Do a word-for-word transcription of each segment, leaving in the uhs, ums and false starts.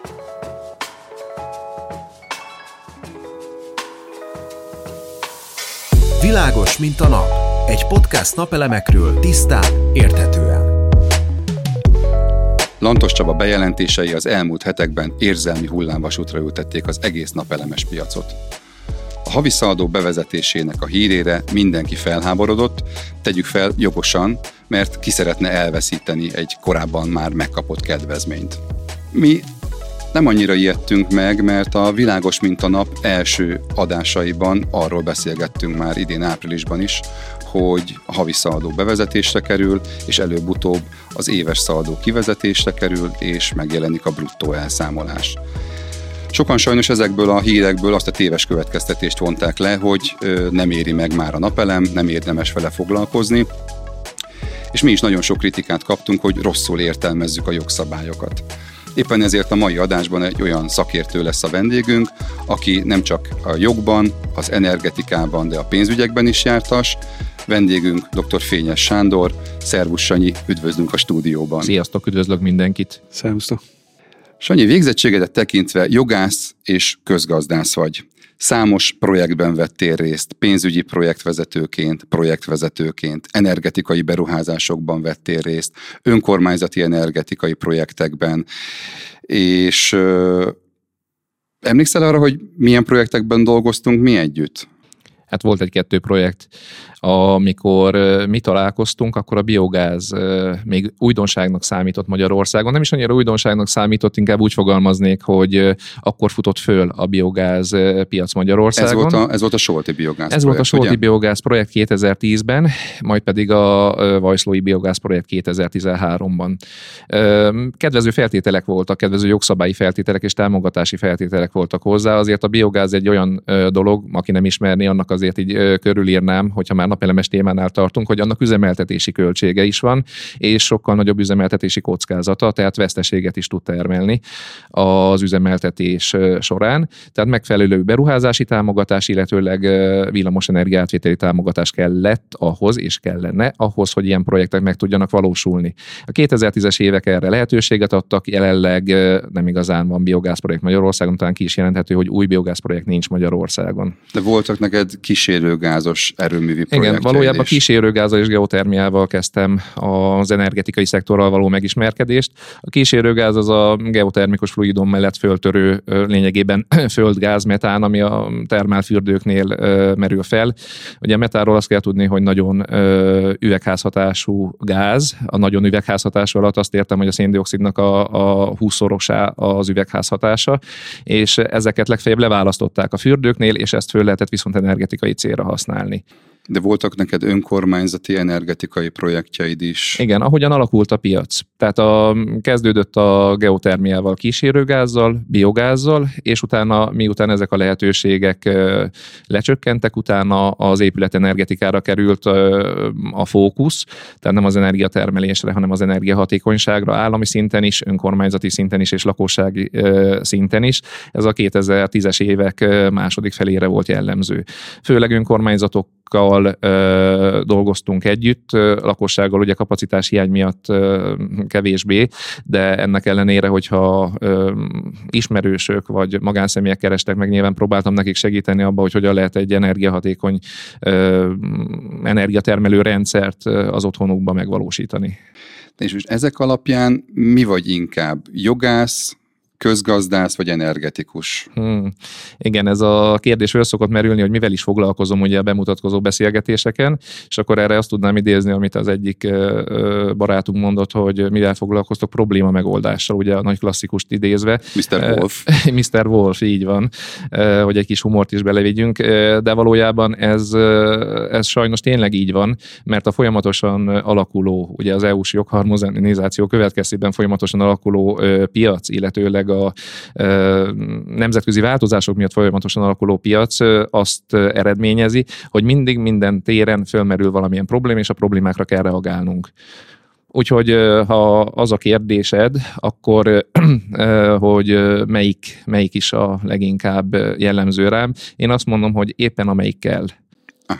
Világos, mint a nap. Egy podcast napelemekről tisztán, érthetően. Lantos Csaba bejelentései az elmúlt hetekben érzelmi hullámvasútra ültették az egész napelemes piacot. A havi szaldó bevezetésének a hírére mindenki felháborodott, tegyük fel jogosan, mert ki szeretne elveszíteni egy korábban már megkapott kedvezményt. Mi nem annyira ijedtünk meg, mert a Világos, mint a nap első adásaiban arról beszélgettünk már idén áprilisban is, hogy a havi szaldó bevezetésre kerül, és előbb-utóbb az éves szaldó kivezetésre kerül, és megjelenik a bruttó elszámolás. Sokan sajnos ezekből a hírekből azt a téves következtetést vonták le, hogy nem éri meg már a napelem, nem érdemes vele foglalkozni, és mi is nagyon sok kritikát kaptunk, hogy rosszul értelmezzük a jogszabályokat. Éppen ezért a mai adásban egy olyan szakértő lesz a vendégünk, aki nem csak a jogban, az energetikában, de a pénzügyekben is jártas. Vendégünk dr. Fényes Sándor. Szervusz, Sanyi, üdvözlünk a stúdióban. Sziasztok, üdvözlök mindenkit. Szervusztok. Sanyi, végzettségedet tekintve jogász és közgazdász vagy. Számos projektben vettél részt, pénzügyi projektvezetőként, projektvezetőként, energetikai beruházásokban vettél részt, önkormányzati energetikai projektekben, és ö, emlékszel arra, hogy milyen projektekben dolgoztunk mi együtt? Hát volt egy-kettő projekt, amikor mi találkoztunk, akkor a biogáz még újdonságnak számított Magyarországon. Nem is annyira újdonságnak számított, inkább úgy fogalmaznék, hogy akkor futott föl a biogáz piac Magyarországon. Ez volt a, ez volt a Solti biogáz Ez projekt, volt a Solti ugye? biogáz projekt kétezer-tízben, majd pedig a Vajszlói biogáz projekt kétezer-tizenháromban. Kedvező feltételek voltak, kedvező jogszabályi feltételek és támogatási feltételek voltak hozzá. Azért a biogáz egy olyan dolog, aki nem ismerné, annak azért így körülírnám, hogyha már napelemes témánál tartunk, hogy annak üzemeltetési költsége is van, és sokkal nagyobb üzemeltetési kockázata, tehát veszteséget is tud termelni az üzemeltetés során. Tehát megfelelő beruházási támogatás, illetőleg villamosenergia átvételi támogatás kellett ahhoz, és kellene ahhoz, hogy ilyen projektek meg tudjanak valósulni. A kétezer-tízes évek erre lehetőséget adtak, jelenleg nem igazán van biogázprojekt Magyarországon, talán ki is jelenthető, hogy új biogázprojekt nincs Magyarországon. De voltak neked kísérőgázos erőművi projektjeid. Igen, valójában kísérőgázzal és geotermiával kezdtem az energetikai szektorral való megismerkedést. A kísérőgáz az a geotermikus fluidum mellett föltörő lényegében földgáz, metán, ami a termálfürdőknél merül fel. Ugye a metánról azt kell tudni, hogy nagyon üvegházhatású gáz. A nagyon üvegházhatású alatt azt értem, hogy a széndioxidnak a, a húszszorosá az üvegházhatása, és ezeket legfeljebb leválasztották a fürdőknél, és ezt föl lehetett viszont energetikai célra használni. De voltak neked önkormányzati energetikai projektjeid is. Igen, ahogyan alakult a piac. Tehát a, kezdődött a geotermiával, kísérőgázzal, biogázzal, és utána, miután ezek a lehetőségek ö, lecsökkentek, utána az épületenergetikára került ö, a fókusz, tehát nem az energiatermelésre, hanem az energiahatékonyságra, állami szinten is, önkormányzati szinten is, és lakossági ö, szinten is. Ez a kétezer-tízes évek ö, második felére volt jellemző. Főleg önkormányzatok Ö, dolgoztunk együtt, ö, lakossággal ugye kapacitás hiány miatt ö, kevésbé, de ennek ellenére, hogyha ö, ismerősök vagy magánszemélyek kerestek meg, nyilván próbáltam nekik segíteni abba, hogy hogyan lehet egy energiahatékony ö, energiatermelő rendszert az otthonukba megvalósítani. És most ezek alapján mi vagy inkább? Jogász, közgazdász vagy energetikus? Hmm. Igen, ez a kérdés föl szokott merülni, hogy mivel is foglalkozom ugye a bemutatkozó beszélgetéseken, és akkor erre azt tudnám idézni, amit az egyik barátunk mondott, hogy mivel foglalkoztok, probléma megoldással, ugye a nagy klasszikust idézve. miszter Wolf. miszter Wolf, így van, hogy egy kis humort is belevigyünk, de valójában ez, ez sajnos tényleg így van, mert a folyamatosan alakuló, ugye az é u-s jogharmonizáció következtében folyamatosan alakuló piac, illetőleg a nemzetközi változások miatt folyamatosan alakuló piac azt eredményezi, hogy mindig minden téren fölmerül valamilyen probléma, és a problémákra kell reagálnunk. Úgyhogy ha az a kérdésed, akkor hogy melyik, melyik is a leginkább jellemző rám, én azt mondom, hogy éppen amelyik kell. Aha.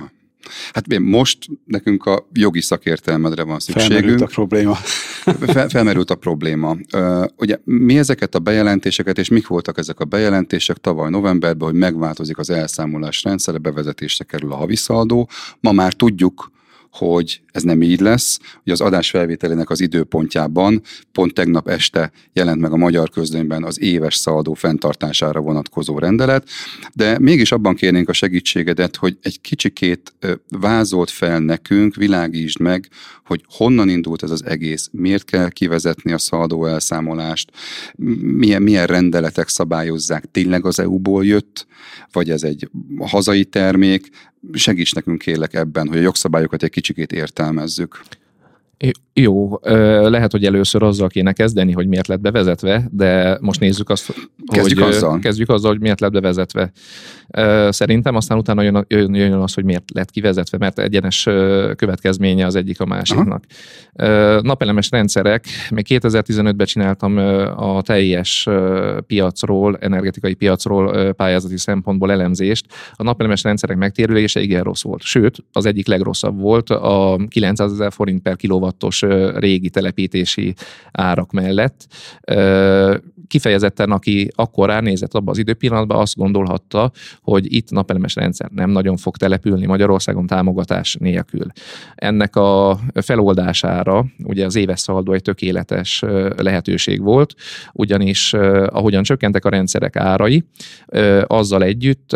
Hát most nekünk a jogi szakértelmedre van szükségünk. Felmerült a probléma. Fel, felmerült a probléma. Ugye mi ezeket a bejelentéseket, és mik voltak ezek a bejelentések tavaly novemberben, hogy megváltozik az elszámolás rendszere, bevezetésre kerül a haviszaldó. Ma már tudjuk, hogy ez nem így lesz. Ugye az adás felvételének az időpontjában pont tegnap este jelent meg a Magyar Közlönyben az éves szaldó fenntartására vonatkozó rendelet, de mégis abban kérnénk a segítségedet, hogy egy kicsikét vázolt fel nekünk, világítsd meg, hogy honnan indult ez az egész, miért kell kivezetni a szaldó elszámolást, milyen, milyen rendeletek szabályozzák, tényleg az é u-ból jött, vagy ez egy hazai termék. Segíts nekünk kérlek ebben, hogy a jogszabályokat egy kicsikét értelmezzük. Jó, lehet, hogy először azzal kéne kezdeni, hogy miért lett bevezetve, de most nézzük azt, kezdjük hogy azzal. kezdjük azzal, hogy miért lett bevezetve. Szerintem aztán utána jön, jön, jön az, hogy miért lett kivezetve, mert egyenes következménye az egyik a másiknak. Aha. Napelemes rendszerek, még kétezer-tizenötben csináltam a teljes piacról, energetikai piacról pályázati szempontból elemzést. A napelemes rendszerek megtérülése igen rossz volt. Sőt, az egyik legrosszabb volt a kilencszázezer forint per kilowattos régi telepítési árak mellett. Kifejezetten, aki akkor ránézett abban az időpillanatban, azt gondolhatta, hogy itt napelemes rendszer nem nagyon fog települni Magyarországon támogatás nélkül. Ennek a feloldására ugye az éves szaldó egy tökéletes lehetőség volt, ugyanis ahogyan csökkentek a rendszerek árai, azzal együtt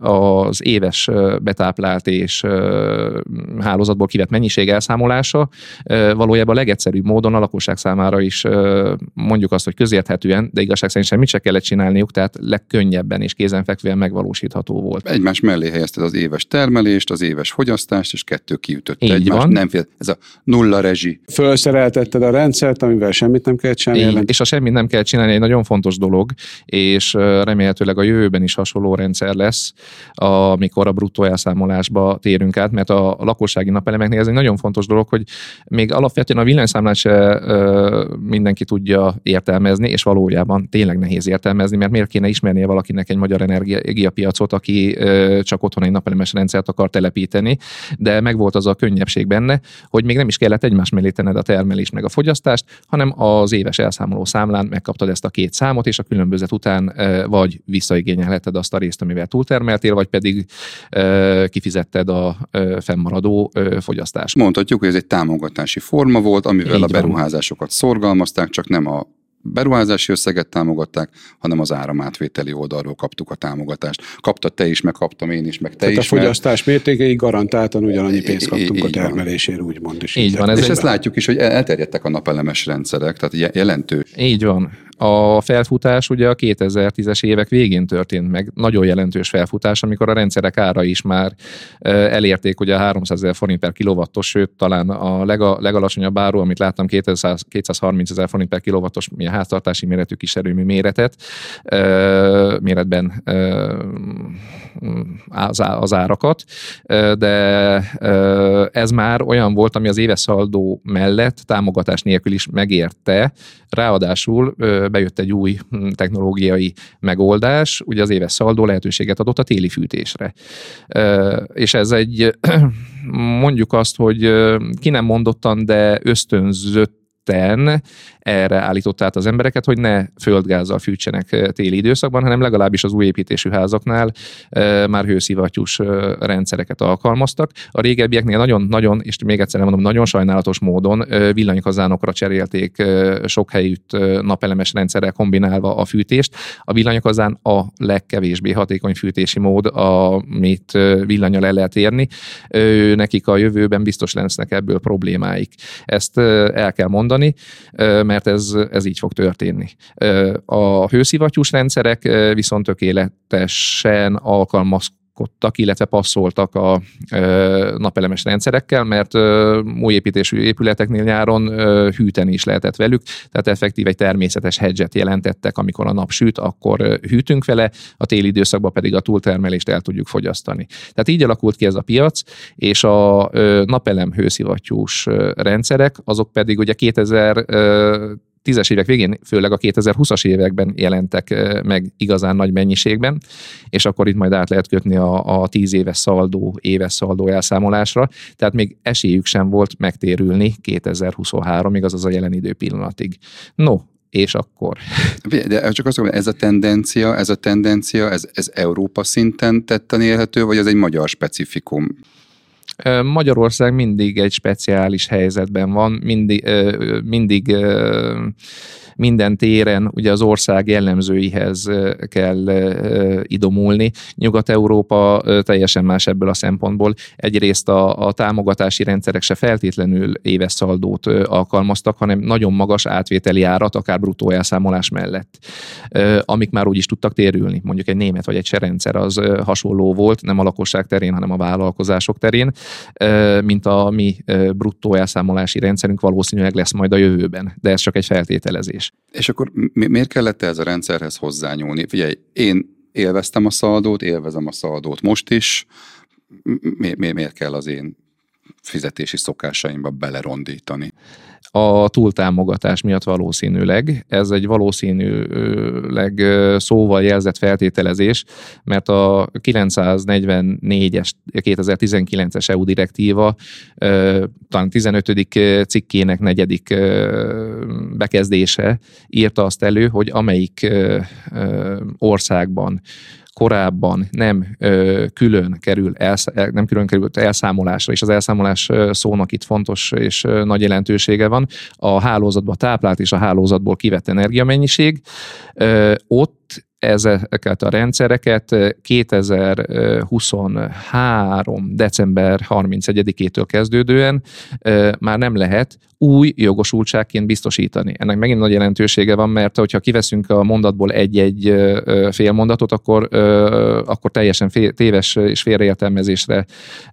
az éves betáplált és hálózatból kivett mennyiség elszámolása valójában a legegyszerűbb módon a lakosság számára is mondjuk azt, hogy közérthetően, de igazság szerint semmit se kellett csinálniuk, tehát legkönnyebben és kézenfekvően megvalósítható volt. Egymás mellé helyezted az éves termelést, az éves fogyasztást, és kettő kiütötte egymást. Nem fél, ez a nulla rezsi. Fölszereltetted a rendszert, amivel semmit nem kell csinálni. És a semmit nem kell csinálni, egy nagyon fontos dolog, és remélhetőleg a jövőben is hasonló rendszer lesz, amikor a bruttó elszámolásba térünk át, mert a lakossági napelemeknél ez egy nagyon fontos dolog, hogy még alapvetően a villanyszámlát se mindenki tudja értelmezni, és valójában tényleg nehéz értelmezni, mert miért kéne ismernie valakinek egy magyar energiapiacot, aki csak otthon egy napelemes rendszert akar telepíteni, de megvolt az a könnyebbség benne, hogy még nem is kellett egymás mellé tenned a termelést meg a fogyasztást, hanem az éves elszámoló számlán megkaptad ezt a két számot, és a különbözet után vagy visszaigényelheted azt a részt, amivel túltermeltél, vagy pedig kifizetted a fennmaradó fogyasztást. Mondhatjuk, hogy ez egy támogatási forma volt, amivel Így a beruházásokat van. szorgalmazták, csak nem a beruházási összeget támogatták, hanem az áramátvételi oldalról kaptuk a támogatást. Kaptad te is, meg kaptam én is, meg te Tehát is. a fogyasztás mert... mértékeig garantáltan ugyanannyi pénzt kaptunk így a termelésért, úgymond. Így, így van. Ez és egy... ezt látjuk is, hogy elterjedtek a napelemes rendszerek, tehát jelentős. Így van. A felfutás ugye a kétezer-tízes évek végén történt meg, nagyon jelentős felfutás, amikor a rendszerek ára is már elérték ugye a háromszázezer forint per kilowattos, sőt talán a lega, legalacsonyabb áru, amit láttam, kétszázharmincezer forint per kilowattos milyen háztartási méretű kiserőmű méretet, méretben az árakat, de ez már olyan volt, ami az éves szaldó mellett támogatás nélkül is megérte, ráadásul bejött egy új technológiai megoldás, ugye az éves szaldó lehetőséget adott a téli fűtésre. És ez egy, mondjuk azt, hogy ki nem mondottan, de ösztönzött erre állított át az embereket, hogy ne földgázzal fűtsenek téli időszakban, hanem legalábbis az új építésű házaknál e, már hőszivattyús rendszereket alkalmaztak. A régebbieknél nagyon-nagyon, és még egyszer mondom, nagyon sajnálatos módon e, villanykazánokra cserélték e, sok helyütt napelemes rendszerrel kombinálva a fűtést. A villanykazán a legkevésbé hatékony fűtési mód, amit villannyal el lehet érni. E, nekik a jövőben biztos lesznek ebből problémáik. Ezt el kell mondani, mert ez, ez így fog történni. A hőszivattyús rendszerek viszont tökéletesen alkalmazkodnak, illetve passzoltak a ö, napelemes rendszerekkel, mert ö, új építésű épületeknél nyáron ö, hűteni is lehetett velük, tehát effektív egy természetes hedget jelentettek, amikor a nap süt, akkor ö, hűtünk vele, a téli időszakban pedig a túltermelést el tudjuk fogyasztani. Tehát így alakult ki ez a piac, és a ö, napelem hőszivattyús ö, rendszerek, azok pedig ugye kétezer tízes évek végén, főleg a kétezer-húszas években jelentek meg igazán nagy mennyiségben, és akkor itt majd át lehet kötni a, a tíz éves szaldó, éves szaldó elszámolásra, tehát még esélyük sem volt megtérülni kétezer-huszonháromig, azaz a jelen idő pillanatig. No, és akkor. De csak azt mondom, ez a tendencia, ez a tendencia, ez, ez Európa szinten tetten érhető, vagy ez egy magyar specifikum? Magyarország mindig egy speciális helyzetben van, mindig, mindig minden téren ugye az ország jellemzőihez kell idomulni. Nyugat-Európa teljesen más ebből a szempontból. Egyrészt a, a támogatási rendszerek se feltétlenül éves szaldót alkalmaztak, hanem nagyon magas átvételi árat, akár bruttó elszámolás mellett, amik már úgy is tudtak térülni. Mondjuk egy német vagy egy cseh rendszer az hasonló volt, nem a lakosság terén, hanem a vállalkozások terén, mint a mi bruttó elszámolási rendszerünk valószínűleg lesz majd a jövőben, de ez csak egy feltételezés. És akkor mi, miért kellett ez a rendszerhez hozzányúlni? Figyelj, én élveztem a szaldót, élvezem a szaldót most is, mi, mi, miért kell az én fizetési szokásaimba belerondítani? A túltámogatás miatt valószínűleg. Ez egy valószínűleg szóval jelzett feltételezés, mert a kilencszáznegyvennégyes kétezer-tizenkilences é u direktíva talán tizenötödik cikkének negyedik bekezdése írta azt elő, hogy amelyik országban korábban nem ö, külön kerül elsz- nem külön került elszámolásra, és az elszámolás szónak itt fontos és ö, nagy jelentősége van, a hálózatba táplált és a hálózatból kivett energiamennyiség, ö, ott ezeket a rendszereket kétezer-huszonhárom. december harmincegyedikétől kezdődően már nem lehet új jogosultságként biztosítani. Ennek megint nagy jelentősége van, mert hogyha kiveszünk a mondatból egy-egy félmondatot, akkor, akkor teljesen téves és félreértelmezésre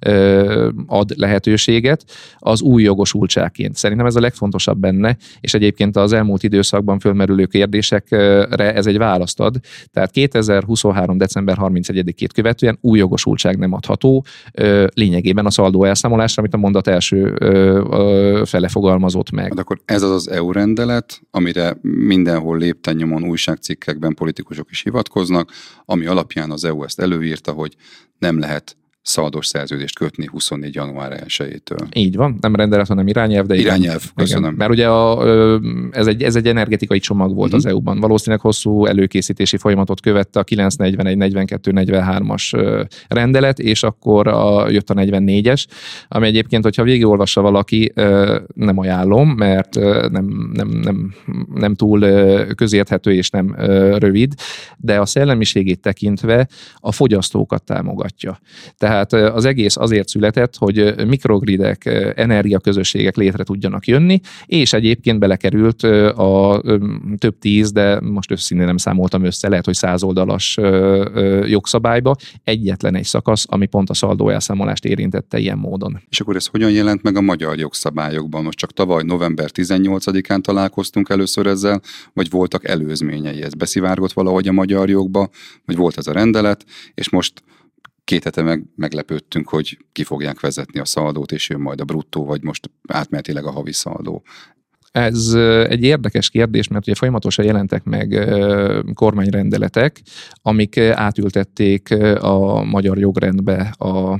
ad lehetőséget az új jogosultságként. Szerintem ez a legfontosabb benne, és egyébként az elmúlt időszakban fölmerülő kérdésekre ez egy választ ad. Tehát kétezer-huszonhárom. december harmincegyedikét követően új jogosultság nem adható, lényegében a szaldó elszámolásra, amit a mondat első fele fogalmazott meg. De akkor ez az az é u rendelet, amire mindenhol lépten-nyomon újságcikkekben politikusok is hivatkoznak, ami alapján az é u ezt előírta, hogy nem lehet szaldós szerződést kötni huszonnégy. január elsejétől. Így van, nem rendelet, hanem irányelv, de irányelv, igen. köszönöm. Igen. Mert ugye a, ez, egy, ez egy energetikai csomag volt uh-huh. az é u-ban. Valószínűleg hosszú előkészítési folyamatot követte a kilencszáznegyvenegy negyvenkettő negyvenhármas rendelet, és akkor a, jött a negyvennégyes, ami egyébként, hogyha végigolvassa valaki, nem ajánlom, mert nem, nem, nem, nem túl közérthető és nem rövid, de a szellemiségét tekintve a fogyasztókat támogatja. Tehát az egész azért született, hogy mikrogridek, energiaközösségek létre tudjanak jönni, és egyébként belekerült a több tíz, de most őszintén nem számoltam össze, lehet, hogy száz oldalas jogszabályba egyetlen egy szakasz, ami pont a szaldó elszámolást érintette ilyen módon. És akkor ez hogyan jelent meg a magyar jogszabályokban? Most csak tavaly november tizennyolcadikán találkoztunk először ezzel, vagy voltak előzményei? Ez beszivárgott valahogy a magyar jogba, vagy volt ez a rendelet, és most két hete meg, meglepődtünk, hogy ki fogják vezetni a szaldót, és jön majd a bruttó, vagy most átmenetileg a havi szaldó. Ez egy érdekes kérdés, mert ugye folyamatosan jelentek meg kormányrendeletek, amik átültették a magyar jogrendbe a,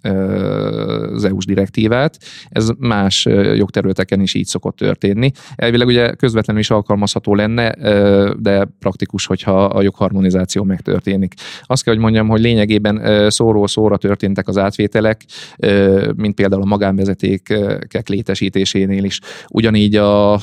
az é u-s direktívát. Ez más jogterületeken is így szokott történni. Elvileg ugye közvetlenül is alkalmazható lenne, de praktikus, hogyha a jogharmonizáció megtörténik. Azt kell, hogy mondjam, hogy lényegében szóról szóra történtek az átvételek, mint például a magánvezetékek létesítésénél is. Ugyanígy a a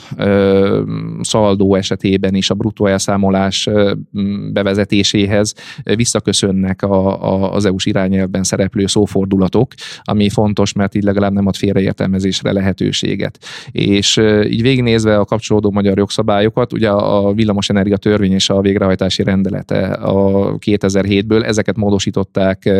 szaldó esetében is a bruttó elszámolás bevezetéséhez visszaköszönnek a, a, az é u-s irányelvben szereplő szófordulatok, ami fontos, mert így legalább nem ad félreértelmezésre lehetőséget. És így végignézve a kapcsolódó magyar jogszabályokat, ugye a villamosenergia törvény és a végrehajtási rendelete a kétezer-hétből, ezeket módosították,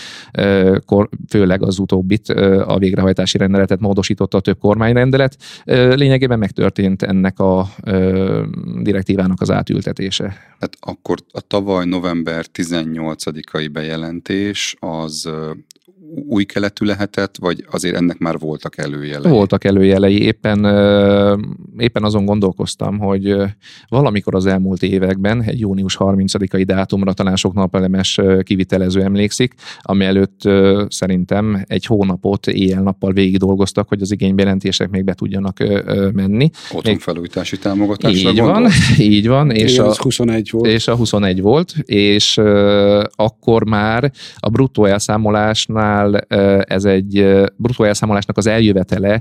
főleg az utóbbit, a végrehajtási rendeletet módosította a több kormányrendelet. Lényegében megtörtént ennek a ö, direktívának az átültetése. Hát akkor a tavaly november tizennyolcadikai bejelentés az új keletű lehetett, vagy azért ennek már voltak előjelei? Voltak előjelei. Éppen, éppen azon gondolkoztam, hogy valamikor az elmúlt években, egy június harmincadikai dátumra talán sok napelemes kivitelező emlékszik, ami előtt szerintem egy hónapot éjjel-nappal végig dolgoztak, hogy az igénybejelentések még be tudjanak menni. Otthonfelújítási támogatásra Így van, így van. És igen, a, az huszonegy volt. És a huszonegy volt, és akkor már a bruttó elszámolásnál ez egy bruttó elszámolásnak az eljövetele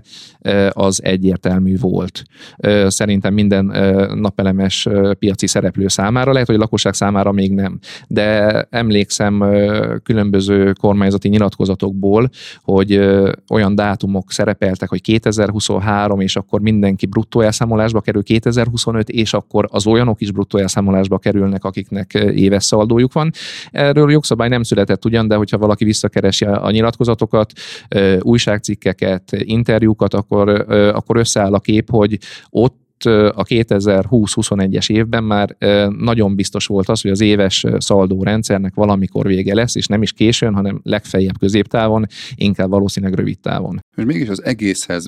az egyértelmű volt. Szerintem minden napelemes piaci szereplő számára, lehet, hogy a lakosság számára még nem. De emlékszem különböző kormányzati nyilatkozatokból, hogy olyan dátumok szerepeltek, hogy kétezer-huszonhárom, és akkor mindenki bruttó elszámolásba kerül, kétezer-huszonöt, és akkor az olyanok is bruttó elszámolásba kerülnek, akiknek éves szaldójuk van. Erről jogszabály nem született ugyan, de hogyha valaki visszakeresi a nyilatkozatokat, újságcikkeket, interjúkat, akkor, akkor összeáll a kép, hogy ott a kétezer-húsz-huszonegyes évben már nagyon biztos volt az, hogy az éves szaldórendszernek valamikor vége lesz, és nem is későn, hanem legfeljebb középtávon, inkább valószínűleg rövid távon. És mégis az egészhez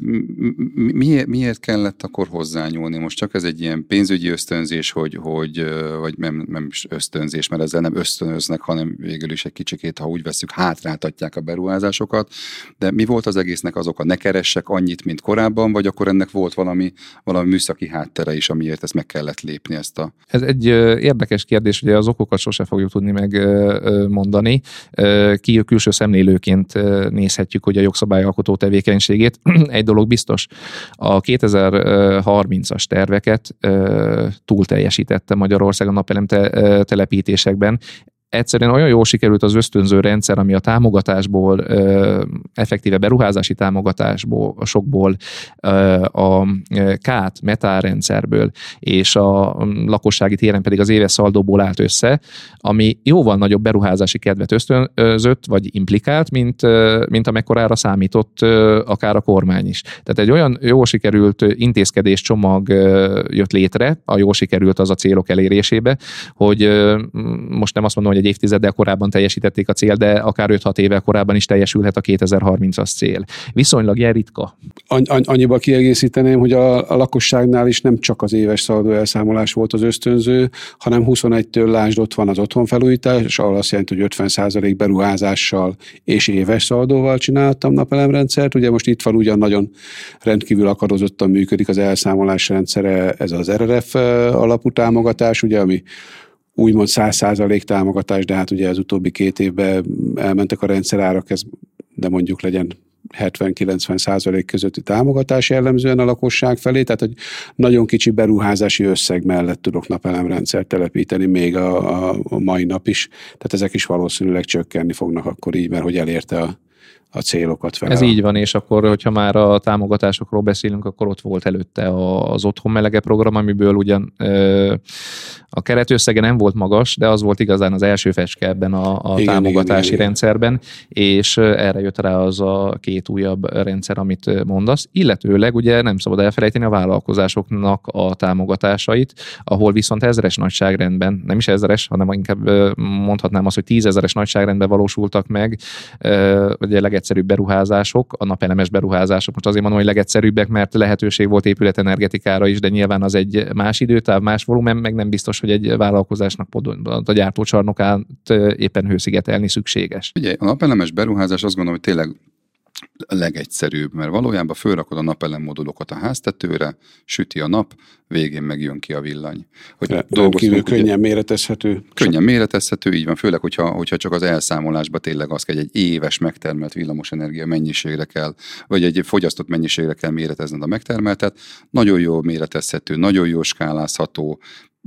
miért, miért kellett akkor hozzányúlni? Most csak ez egy ilyen pénzügyi ösztönzés, hogy, hogy vagy nem, nem ösztönzés, mert ezzel nem ösztönöznek, hanem végül is egy kicsikét, ha úgy veszük, hátráltatják a beruházásokat. De mi volt az egésznek az oka? Ne keressek annyit, mint korábban, vagy akkor ennek volt valami, valami műszaki háttere is, amiért ezt meg kellett lépni ezt a... Ez egy érdekes kérdés, ugye az okokat sose fogjuk tudni megmondani. Ki külső szemlélőként nézhetjük, hogy a jogszabályalkotó tevékenységét. Egy dolog biztos, a kétezer-harmincas terveket túl teljesítette Magyarország a napelem telepítésekben. Egyszerűen olyan jól sikerült az ösztönző rendszer, ami a támogatásból, effektíve beruházási támogatásból, a sokból, a kát, metálrendszerből, és a lakossági téren pedig az éves szaldóból állt össze, ami jóval nagyobb beruházási kedvet ösztönzött, vagy implikált, mint, mint amekkorára számított akár a kormány is. Tehát egy olyan jól sikerült intézkedés csomag jött létre, a jól sikerült az a célok elérésébe, hogy most nem azt mondom, hogy egy évtizeddel korábban teljesítették a cél, de akár öt-hat évvel korábban is teljesülhet a kétezer-harmincas cél. Viszonylag ilyen ritka. Annyiba kiegészíteném, hogy a, a lakosságnál is nem csak az éves szaldó elszámolás volt az ösztönző, hanem huszonegytől lásd, ott van az otthonfelújítás, ahol azt jelenti, hogy ötven százalék beruházással és éves szaldóval csináltam napelemrendszert. Ugye most itt van ugyan nagyon rendkívül akadozottan működik az elszámolás rendszere, ez az er er ef alapú támogatás, ugye, ami úgymond száz százalék támogatás, de hát ugye az utóbbi két évben elmentek a rendszerárak, ez, de mondjuk legyen hetven-kilencven százalék közötti támogatás jellemzően a lakosság felé, tehát hogy nagyon kicsi beruházási összeg mellett tudok napelemrendszert telepíteni még a, a, a mai nap is, tehát ezek is valószínűleg csökkenni fognak akkor így, mert hogy elérte a a célokat fel. Ez így van, és akkor, hogyha már a támogatásokról beszélünk, akkor ott volt előtte az Otthon Melege program, amiből ugyan a keretösszege nem volt magas, de az volt igazán az első fecske ebben a, a igen, támogatási igen, rendszerben, igen. És erre jött rá az a két újabb rendszer, amit mondasz. Illetőleg ugye nem szabad elfelejteni a vállalkozásoknak a támogatásait, ahol viszont ezeres nagyságrendben, nem is ezeres, hanem inkább mondhatnám azt, hogy tízezeres nagyságrendben valósultak meg, ugye legegyszerűbb beruházások, a napelemes beruházások. Most azért mondom, hogy legegyszerűbbek, mert lehetőség volt épületenergetikára is, de nyilván az egy más időtáv, más volumen, meg nem biztos, hogy egy vállalkozásnak a gyártócsarnokát éppen hőszigetelni szükséges. Ugye a napelemes beruházás azt gondolom, hogy tényleg a legegyszerűbb, mert valójában fölrakod a napelem modulokat a háztetőre, süti a nap, végén megjön ki a villany. Hogy dolgozunk, könnyen méretezhető. Könnyen méretezhető, így van, főleg, hogyha, hogyha csak az elszámolásba tényleg az kell, egy éves megtermelt villamosenergia mennyiségre kell, vagy egy fogyasztott mennyiségre kell méretezned a megtermeltet. Nagyon jó méretezhető, nagyon jó skálázható,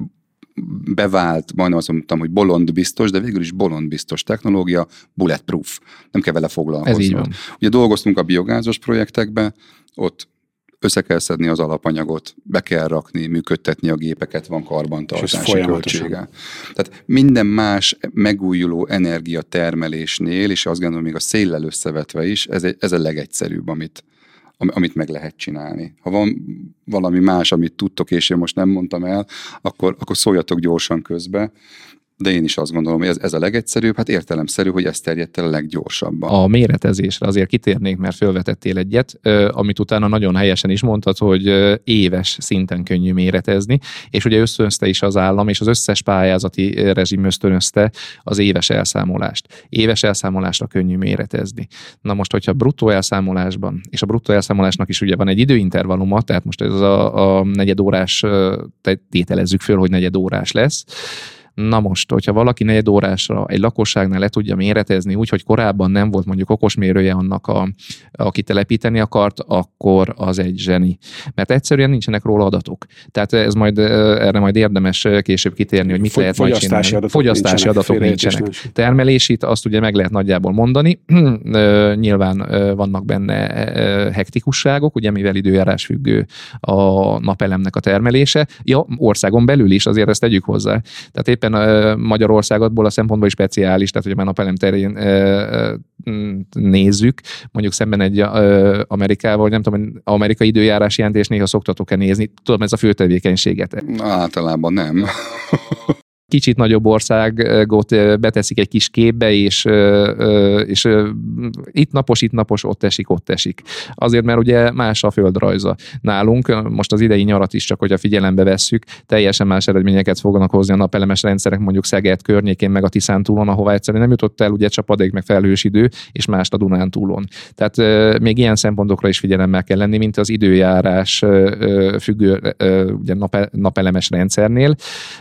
bevált, majdnem azt mondtam, hogy bolond biztos, de végül is bolond biztos technológia, bulletproof. Nem kell vele foglalkozni. Ez így van. Ugye dolgoztunk a biogázos projektekbe, ott össze kell szedni az alapanyagot, be kell rakni, működtetni a gépeket, van karbantartási költsége. Tehát minden más megújuló energiatermelésnél, és azt gondolom, még a széllel összevetve is, ez, egy, ez a legegyszerűbb, amit, amit meg lehet csinálni. Ha van valami más, amit tudtok, és én most nem mondtam el, akkor, akkor szóljatok gyorsan közbe. De én is azt gondolom, hogy ez, ez a legegyszerűbb, hát értelemszerű, hogy ez terjedt el a leggyorsabban. A méretezésre azért kitérnék, mert felvetettél egyet, amit utána nagyon helyesen is mondtad, hogy éves szinten könnyű méretezni, és ugye ösztönözte is az állam, és az összes pályázati rezsim ösztönözte az éves elszámolást. Éves elszámolásra könnyű méretezni. Na most, hogyha bruttó elszámolásban, és a bruttó elszámolásnak is ugye van egy időintervalluma, tehát most ez a, a negyedórás, tételezzük föl, hogy negyedórás lesz. Na most, hogyha valaki negyed órásra egy lakosságnál le tudja méretezni úgy, hogy korábban nem volt mondjuk okosmérője annak, a, aki telepíteni akart, akkor az egy zseni. Mert egyszerűen nincsenek róla adatok. Tehát ez majd, erre majd érdemes később kitérni, hogy mit Fogy, lehet majd csinálni. Adatok fogyasztási nincsenek, adatok nincsenek. Termelését azt ugye meg lehet nagyjából mondani. Nyilván vannak benne hektikusságok, ugye mivel időjárás függő a napelemnek a termelése. Ja, országon belül is, azért ezt tegyük hozzá. Tehát éppen Magyarországból a szempontból is speciális, tehát hogy már napelem terén nézzük, mondjuk szemben egy Amerikával, nem tudom, amerikai időjárás jelentés néha szoktatok-e nézni, tudom, ez a fő tevékenységet. Általában nem. Kicsit nagyobb országot beteszik egy kis képbe, és, és itt napos, itt napos, ott esik, ott esik. Azért, mert ugye más a földrajza nálunk. Most az idei nyarat is csak, hogyha figyelembe vesszük, teljesen más eredményeket fognak hozni a napelemes rendszerek, mondjuk Szeged környékén, meg a Tiszántúlon, ahová egyszerűen nem jutott el ugye csapadék, meg felhős idő, és más a Dunántúlon. Tehát még ilyen szempontokra is figyelemmel kell lenni, mint az időjárás függő ugye napelemes rendszernél.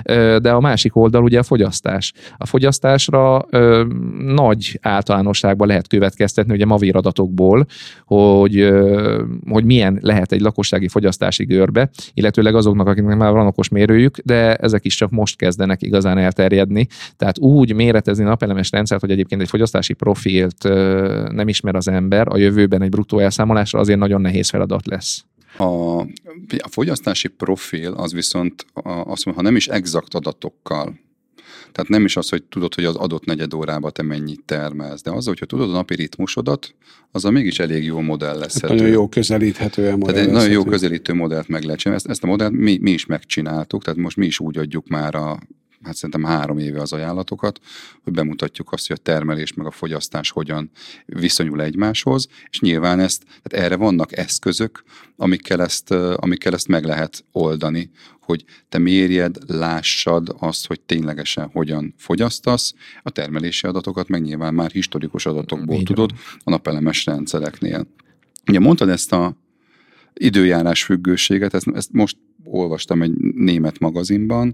De a másik oldal ugye a fogyasztás. A fogyasztásra ö, nagy általánosságban lehet következtetni ugye MAVIR adatokból, hogy, ö, hogy milyen lehet egy lakossági fogyasztási görbe, illetőleg azoknak, akiknek már van okos mérőjük, de ezek is csak most kezdenek igazán elterjedni. Tehát úgy méretezni napelemes rendszert, hogy egyébként egy fogyasztási profilt ö, nem ismer az ember, a jövőben egy bruttó elszámolásra azért nagyon nehéz feladat lesz. A, a fogyasztási profil az viszont azt mondom, ha nem is exakt adatokkal, tehát nem is az, hogy tudod, hogy az adott negyed órában te mennyit termelsz, de az, hogyha tudod a napi ritmusodat, azzal mégis elég jó modell lesz. Hát nagyon jó közelíthető modell. Tehát egy nagyon jó közelítő modellt meg lehet csinálni. Ezt, ezt a modellt mi, mi is megcsináltuk, tehát most mi is úgy adjuk már a hát szerintem három éve az ajánlatokat, hogy bemutatjuk azt, hogy a termelés meg a fogyasztás hogyan viszonyul egymáshoz, és nyilván ezt, tehát erre vannak eszközök, amikkel ezt, amikkel ezt meg lehet oldani, hogy te mérjed, lássad azt, hogy ténylegesen hogyan fogyasztasz, a termelési adatokat meg nyilván már historikus adatokból Így tudod van. A napelemes rendszereknél. Ugye mondtad ezt a időjárás függőséget, ezt, ezt most olvastam egy német magazinban,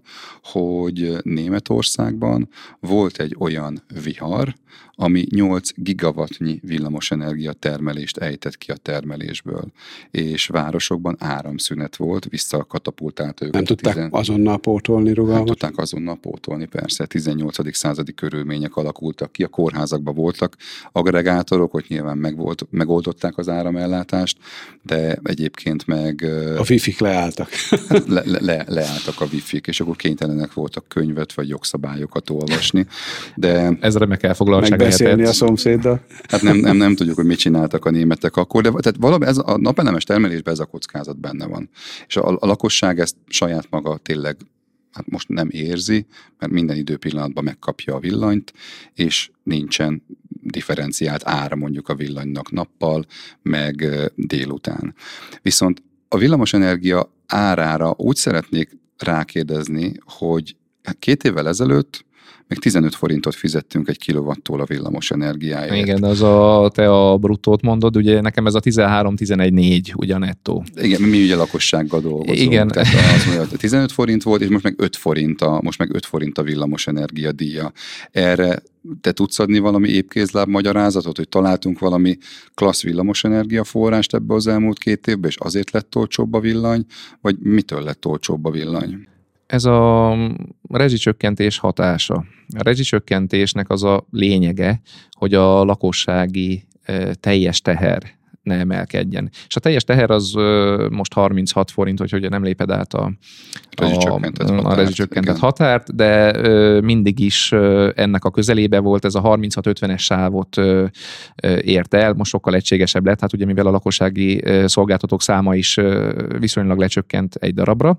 hogy Németországban volt egy olyan vihar, ami nyolc gigawattnyi villamosenergia termelést ejtett ki a termelésből, és városokban áramszünet volt, visszakatapultált őket. Nem tudták tizen... azonnal pótolni rugalmat? Nem tudták azonnal pótolni, persze. tizennyolcadik századi körülmények alakultak ki, a kórházakban voltak agregátorok, hogy nyilván megvolt, megoldották az áramellátást, de egyébként meg... A wifi-k leálltak. Le, le, leálltak a wifi-k, és akkor kénytelenek voltak könyvet vagy jogszabályokat olvasni. De ez remek elfoglaltság. Megbeszélni a szomszéddal. Hát nem, nem, nem tudjuk, hogy mit csináltak a németek akkor, de tehát valami ez a napelemes termelésben ez a kockázat benne van. És a, a lakosság ezt saját maga tényleg hát most nem érzi, mert minden időpillanatban megkapja a villanyt, és nincsen differenciált ára mondjuk a villanynak nappal, meg délután. Viszont a villamosenergia árára úgy szeretnék rákérdezni, hogy két évvel ezelőtt még tizenöt forintot fizettünk egy kilowattól a villamos energiáért. Igen, az a, te a bruttót mondod, ugye nekem ez a tizenhárom tizenegy négy ugye nettó. Igen, mi ugye lakossággal dolgozunk. Igen. Tehát az mondja, hogy tizenöt forint volt, és most meg öt forint a, most meg öt forint a villamos energia díja. Erre te tudsz adni valami épkézláb magyarázatot, hogy találtunk valami klassz villamos energiaforrást ebbe az elmúlt két évben, és azért lett olcsóbb a villany, vagy mitől lett olcsóbb a villany? Ez a rezsicsökkentés hatása. A rezsicsökkentésnek az a lényege, hogy a lakossági teljes teher ne emelkedjen. És a teljes teher az most harminchat forint, hogy ugye nem léped át a, rezsicsökkentett a, határt, a rezsicsökkentett határt, de mindig is ennek a közelébe volt, ez a harminchat ötvenes sávot érte el, most sokkal egységesebb lett, hát ugye mivel a lakossági szolgáltatók száma is viszonylag lecsökkent egy darabra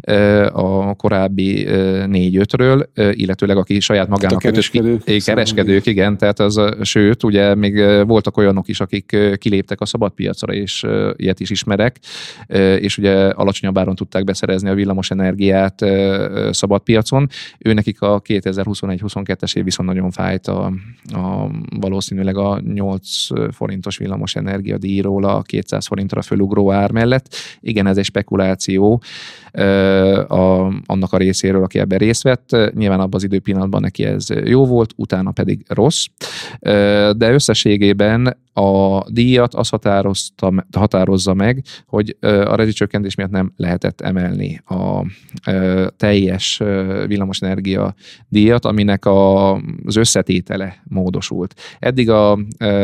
a korábbi négy-ötről, illetőleg aki saját magának a kereskedők, kötött, kereskedők, igen, tehát az, sőt, ugye még voltak olyanok is, akik kiléptek a szabadpiacra, és ilyet is ismerek, és ugye alacsonyabb áron tudták beszerezni a villamos energiát szabadpiacon. Ő nekik a kétezer-huszonegy-huszonkettes év viszont nagyon fájt a, a valószínűleg a nyolc forintos villamos energia díjról a kétszáz forintra fölugró ár mellett. Igen, ez egy spekuláció a, annak a részéről, aki ebben részt vett. Nyilván abban az időpillanatban neki ez jó volt, utána pedig rossz. De összességében a díjat az határozta, határozza meg, hogy a rezsicsökkentés miatt nem lehetett emelni a teljes villamosenergia díjat, aminek a, az összetétele módosult. Eddig az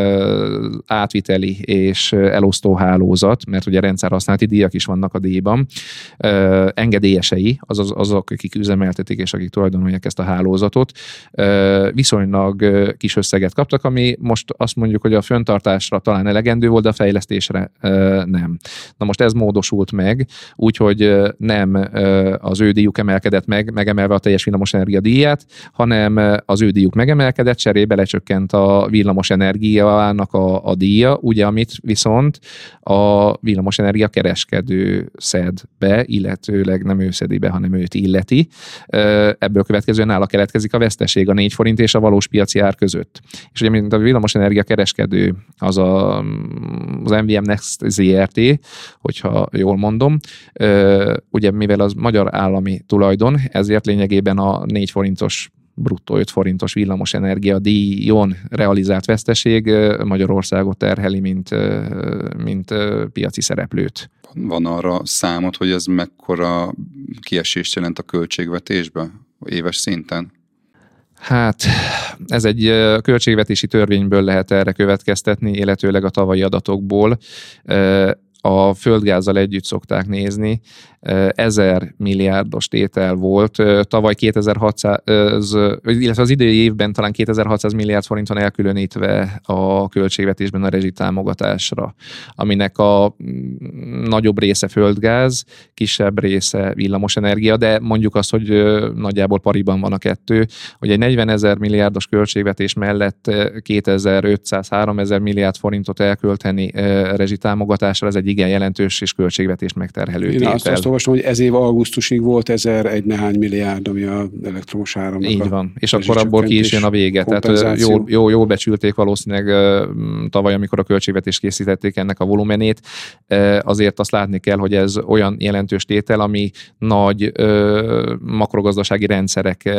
átviteli és elosztó hálózat, mert ugye rendszerhasználati díjak is vannak a díjban, engedélyesei, azaz, azok, akik üzemeltetik és akik tulajdonolják ezt a hálózatot, viszonylag kis összeget kaptak, ami most azt mondjuk, hogy a föntartásra talán elegendő volt, de a fejlesztésre nem. Na most ez módosult meg, úgyhogy nem az ő díjuk emelkedett meg, megemelve a teljes villamosenergia díját, hanem az ő díjuk megemelkedett, cserébe lecsökkent a villamosenergiának a, a díja, ugye, amit viszont a villamosenergia kereskedő szed be, illetőleg nem ő szedi be, hanem őt illeti. Ebből következően nála keletkezik a veszteség, a négy forint és a valós piaci ár között. És ugye, mint a villamosenergia kereskedő az a, az em vé em Next zé er té, hogyha jól mondom, ugye mivel az magyar állami tulajdon, ezért lényegében a négy forintos bruttó öt forintos villamosenergia díjon realizált veszteség Magyarországot terheli, mint, mint piaci szereplőt. Van arra számot, hogy ez mekkora kiesést jelent a költségvetésbe éves szinten? Hát ez egy költségvetési törvényből lehet erre következtetni, illetőleg a tavalyi adatokból. A földgázzal együtt szokták nézni, ezer milliárdos tétel volt, tavaly kétezer-hatszáz, illetve az idei évben talán kétezer-hatszáz milliárd forint van elkülönítve a költségvetésben a rezsitámogatásra, aminek a nagyobb része földgáz, kisebb része villamosenergia, de mondjuk azt, hogy nagyjából pariban van a kettő, hogy egy negyvenezer milliárdos költségvetés mellett kétezer-ötszáz-háromezer milliárd forintot elkölteni rezsitámogatásra, ez egy igen jelentős és költségvetést megterhelő tétel. Én azt, azt olvastam, hogy ez év augusztusig volt ezer egy nehány milliárd, ami az elektromos áramnak. Így van, és akkor abból ki is jön a vége. Tehát jól, jól, jól becsülték valószínűleg tavaly, amikor a költségvetést készítették ennek a volumenét. Azért azt látni kell, hogy ez olyan jelentős tétel, ami nagy makrogazdasági rendszerek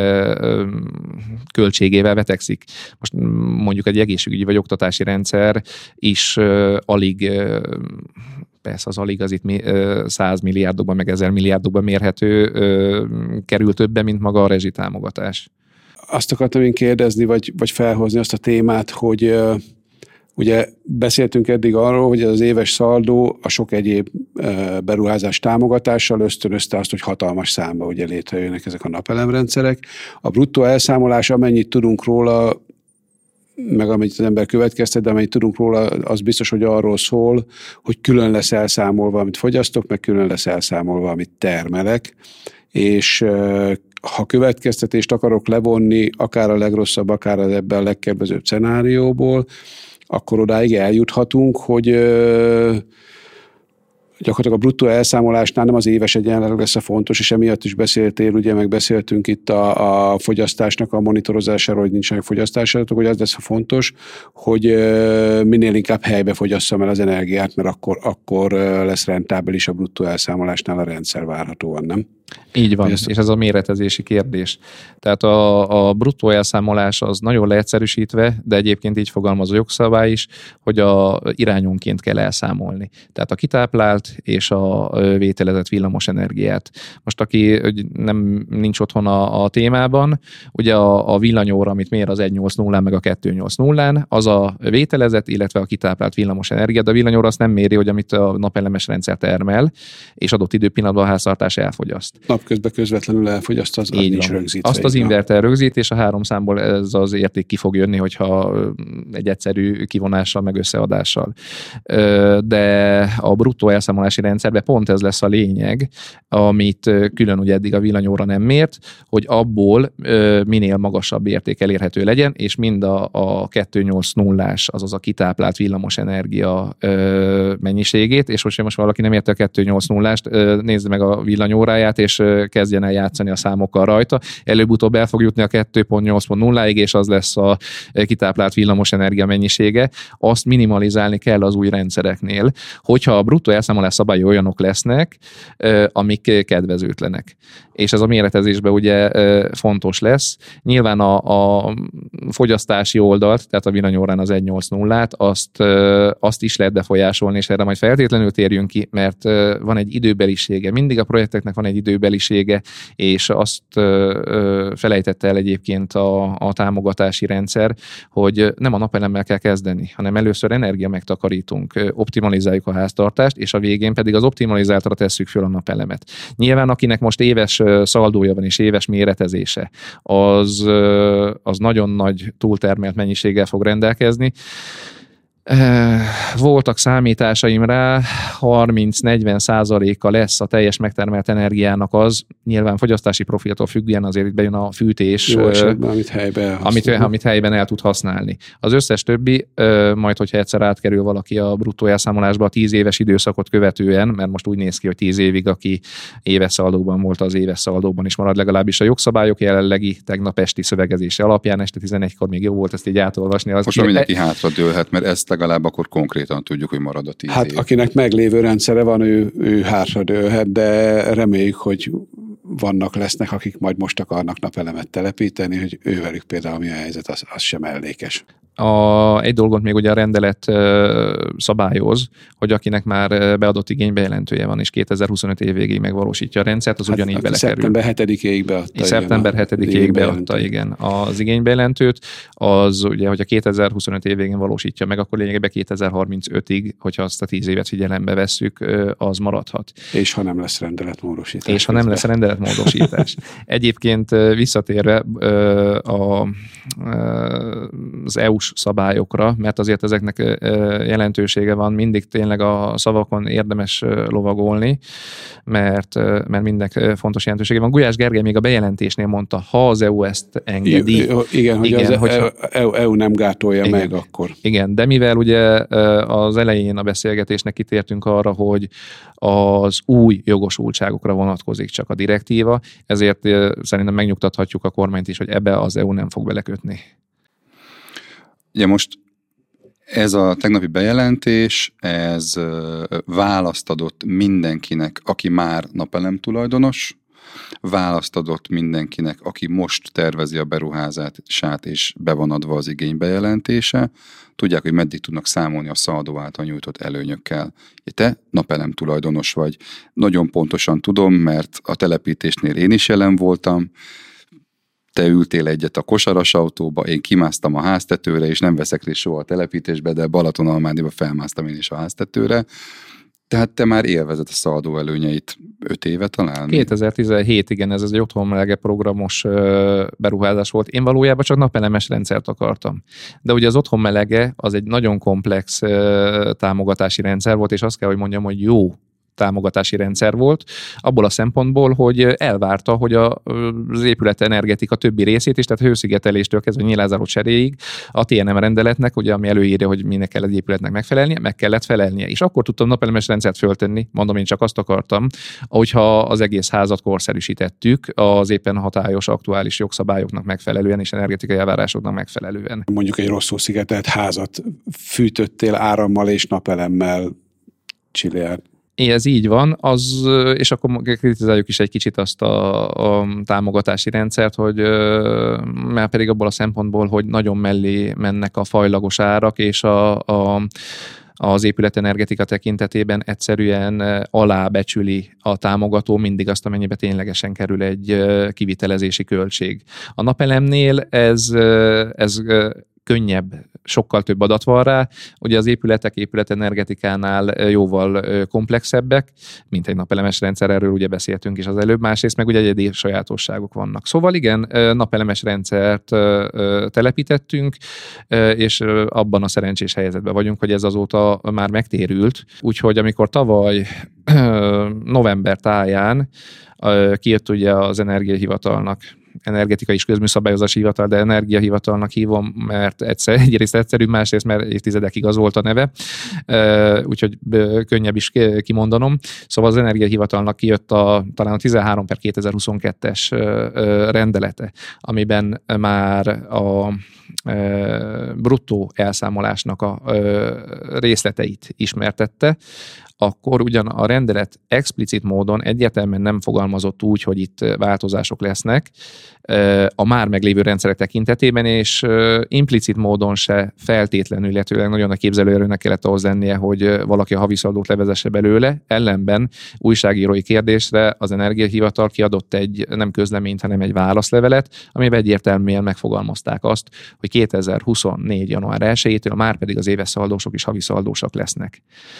költségével vetekszik. Most mondjuk egy egészségügyi vagy oktatási rendszer is alig persze az alig az itt száz milliárdokban, meg ezer milliárdokban mérhető, kerül többe, mint maga a rezsitámogatás. Azt akartam én kérdezni, vagy, vagy felhozni azt a témát, hogy uh, ugye beszéltünk eddig arról, hogy az éves szaldó a sok egyéb uh, beruházás támogatással ösztönözte azt, hogy hatalmas számba ugye létrejönnek ezek a napelemrendszerek. A bruttó elszámolás, amennyit tudunk róla, meg amit az ember következtet, de amennyit tudunk róla, az biztos, hogy arról szól, hogy külön lesz elszámolva, amit fogyasztok, meg külön lesz elszámolva, amit termelek, és ha következtetést akarok levonni, akár a legrosszabb, akár az ebben a legkedvezőbb szenárióból, akkor odáig eljuthatunk, hogy gyakorlatilag a bruttó elszámolásnál nem az éves egyenleg lesz a fontos, és emiatt is beszéltél, ugye megbeszéltünk itt a, a fogyasztásnak a monitorozásáról, hogy nincsenek fogyasztásátok, hogy az lesz a fontos, hogy minél inkább helybe fogyasszam el az energiát, mert akkor, akkor lesz rentábilis a bruttó elszámolásnál a rendszer várhatóan, nem? Így van, ezt... és ez a méretezési kérdés. Tehát a, a bruttó elszámolás az nagyon leegyszerűsítve, de egyébként így fogalmaz a jogszabály is, hogy a irányonként kell elszámolni. Tehát a kitáplált és a vételezett villamos energiát. Most aki nem nincs otthon a, a témában, ugye a, a villanyóra, amit mér az egy-nyolc-nullán meg a kettő-nyolc-nullán, az a vételezett, illetve a kitáplált villamos energia, de a villanyóra azt nem méri, hogy amit a napelemes rendszer termel, és adott időpillanatban a háztartás elfogyaszt. Napközben közvetlenül elfogyaszt, az, az nincs rögzítve. Azt az inverter rögzít, és a három számból ez az érték ki fog jönni, hogyha egy egyszerű kivonással, meg összeadással. De a bruttó elszámolási rendszerben pont ez lesz a lényeg, amit külön ugye eddig a villanyóra nem mért, hogy abból minél magasabb érték elérhető legyen, és mind a, a kettő-nyolc-nullás, azaz a kitáplált villamos energia mennyiségét, és most, most valaki nem érte a kettő-nyolc-nullást, nézze meg a villanyóráját, és kezdjen el játszani a számokkal rajta. Előbb-utóbb el fog jutni a kettő pont nyolc pont nulláig, és az lesz a kitáplált villamos energia mennyisége. Azt minimalizálni kell az új rendszereknél, hogyha a bruttó elszámolás szabályi olyanok lesznek, amik kedvezőtlenek. És ez a méretezésben ugye fontos lesz. Nyilván a, a fogyasztási oldalt, tehát a villanyórán az egy-nyolc-nullát, azt, azt is lehet befolyásolni, és erre majd feltétlenül térjünk ki, mert van egy időbelisége. Mindig a projekteknek van egy időbelisége, és azt felejtette el egyébként a, a támogatási rendszer, hogy nem a napelemmel kell kezdeni, hanem először energia megtakarítunk, optimalizáljuk a háztartást, és a végén pedig az optimalizáltra tesszük föl a napelemet. Nyilván akinek most éves szaldója van és éves méretezése, az, az nagyon nagy túltermelt mennyiséggel fog rendelkezni. Voltak számításaim rá, harminc-negyven százaléka lesz a teljes megtermelt energiának az, nyilván fogyasztási profiltól függően azért itt bejön a fűtés, jó esetben, amit helyben, amit, amit helyben el tud használni. Az összes többi, majd hogyha egyszer átkerül valaki a bruttó elszámolásba a tíz éves időszakot követően, mert most úgy néz ki, hogy tíz évig, aki éves szaldóban volt, az éves szaldóban is marad, legalábbis a jogszabályok jelenlegi tegnap esti szövegezése alapján, este tizenegykor még jó volt ezt így átolvasni. Az most már mindenki hátradőlhet, mert ezt legalább akkor konkrétan tudjuk, hogy marad a tíz hát, év. Akinek meglévő rendszere van, ő, ő hátradőlhet, de reméljük, hogy vannak, lesznek, akik majd most akarnak napelemet telepíteni, hogy ővelük például mi a helyzet, az, az sem mellékes. A, egy dolgot még ugye a rendelet uh, szabályoz, hogy akinek már beadott igénybejelentője van, és kétezer-huszonöt év végéig megvalósítja a rendszert, az hát, ugyanígy belekerül. Szeptember hetedikéig beadta. Szeptember hetedikéig beadta, igen, az igénybejelentőt. Az ugye, hogyha kétezer-huszonöt év végén valósítja meg, akkor lényegében kétezer-harmincötig, hogyha azt a tíz évet figyelembe vesszük, az maradhat. És ha nem lesz rendeletmódosítás. És ha nem lesz rendeletmódosítás. Egyébként visszatérve a, az é u-s szabályokra, mert azért ezeknek jelentősége van, mindig tényleg a szavakon érdemes lovagolni, mert, mert mindenek fontos jelentősége van. Gulyás Gergely még a bejelentésnél mondta, ha az é u ezt engedi. Igen, hogy igen, az hogyha, é u nem gátolja igen, meg akkor. Igen, de mivel ugye az elején a beszélgetésnek kitértünk arra, hogy az új jogosultságokra vonatkozik csak a direktíva, ezért szerintem megnyugtathatjuk a kormányt is, hogy ebbe az é u nem fog belekötni. Ugye most ez a tegnapi bejelentés, ez választ adott mindenkinek, aki már napelem tulajdonos, választ adott mindenkinek, aki most tervezi a beruházását, és be van adva az igénybejelentése. Tudják, hogy meddig tudnak számolni a szaldó által nyújtott előnyökkel. Te napelem tulajdonos vagy. Nagyon pontosan tudom, mert a telepítésnél én is jelen voltam. Te ültél egyet a kosaras autóba, én kimásztam a háztetőre, és nem veszek részt soha a telepítésbe, de Balatonalmádiba felmásztam én is a háztetőre. Tehát te már élvezed a szaldó előnyeit öt éve talán? kétezer-tizenhét, igen, ez egy otthonmelege programos beruházás volt. Én valójában csak napelemes rendszert akartam. De ugye az otthonmelege az egy nagyon komplex támogatási rendszer volt, és azt kell, hogy mondjam, hogy jó támogatási rendszer volt, abból a szempontból, hogy elvárta, hogy a, az épület energetika többi részét is, tehát hőszigeteléstől kezdve nyilázáró cseréig a té en em rendeletnek, ugye, ami előírja, hogy minek kell egy épületnek megfelelnie, meg kellett felelnie. És akkor tudtam napelemes rendszert föltenni, mondom, én csak azt akartam, ahogyha az egész házat korszerűsítettük az éppen hatályos aktuális jogszabályoknak megfelelően és energetikai elvárásoknak megfelelően. Mondjuk egy rosszul szigetelt házat fűtöttél árammal és napelemmel Csilliárd. Ez így van, az, és akkor kritizáljuk is egy kicsit azt a, a támogatási rendszert, hogy már pedig abból a szempontból, hogy nagyon mellé mennek a fajlagos árak, és a, a az épületenergetika tekintetében egyszerűen alábecsüli a támogató mindig azt, amennyibe ténylegesen kerül egy kivitelezési költség. A napelemnél ez, ez könnyebb, sokkal több adat van rá. Ugye az épületek épületenergetikánál jóval komplexebbek, mint egy napelemes rendszer, erről ugye beszéltünk is az előbb, másrészt meg ugye egyedi sajátosságok vannak. Szóval igen, napelemes rendszert telepítettünk, és abban a szerencsés helyzetben vagyunk, hogy ez azóta már megtérült. Úgyhogy amikor tavaly november táján kijött ugye az Energiahivatalnak, Energetikai és Közműszabályozási Hivatal, de Energiahivatalnak hívom, mert egyszer, egyrészt egyszerű, másrészt mert évtizedekig az volt a neve, úgyhogy könnyebb is kimondanom. Szóval az Energiahivatalnak kijött a, talán a tizenhárom per kétezer-huszonkettes rendelete, amiben már a bruttó elszámolásnak a részleteit ismertette, akkor ugyan a rendelet explicit módon egyértelműen nem fogalmazott úgy, hogy itt változások lesznek a már meglévő rendszerek tekintetében, és implicit módon se feltétlenül, illetőleg nagyon a képzelőerőnek kellett ahhoz lennie, hogy valaki a haviszaldót levezesse belőle. Ellenben újságírói kérdésre az Energiahivatal kiadott egy nem közleményt, hanem egy válaszlevelet, amiben egyértelműen megfogalmazták azt, hogy kétezer-huszonnégy. január elsejétől már pedig az éves szaldósok is haviszaldósak lesznek.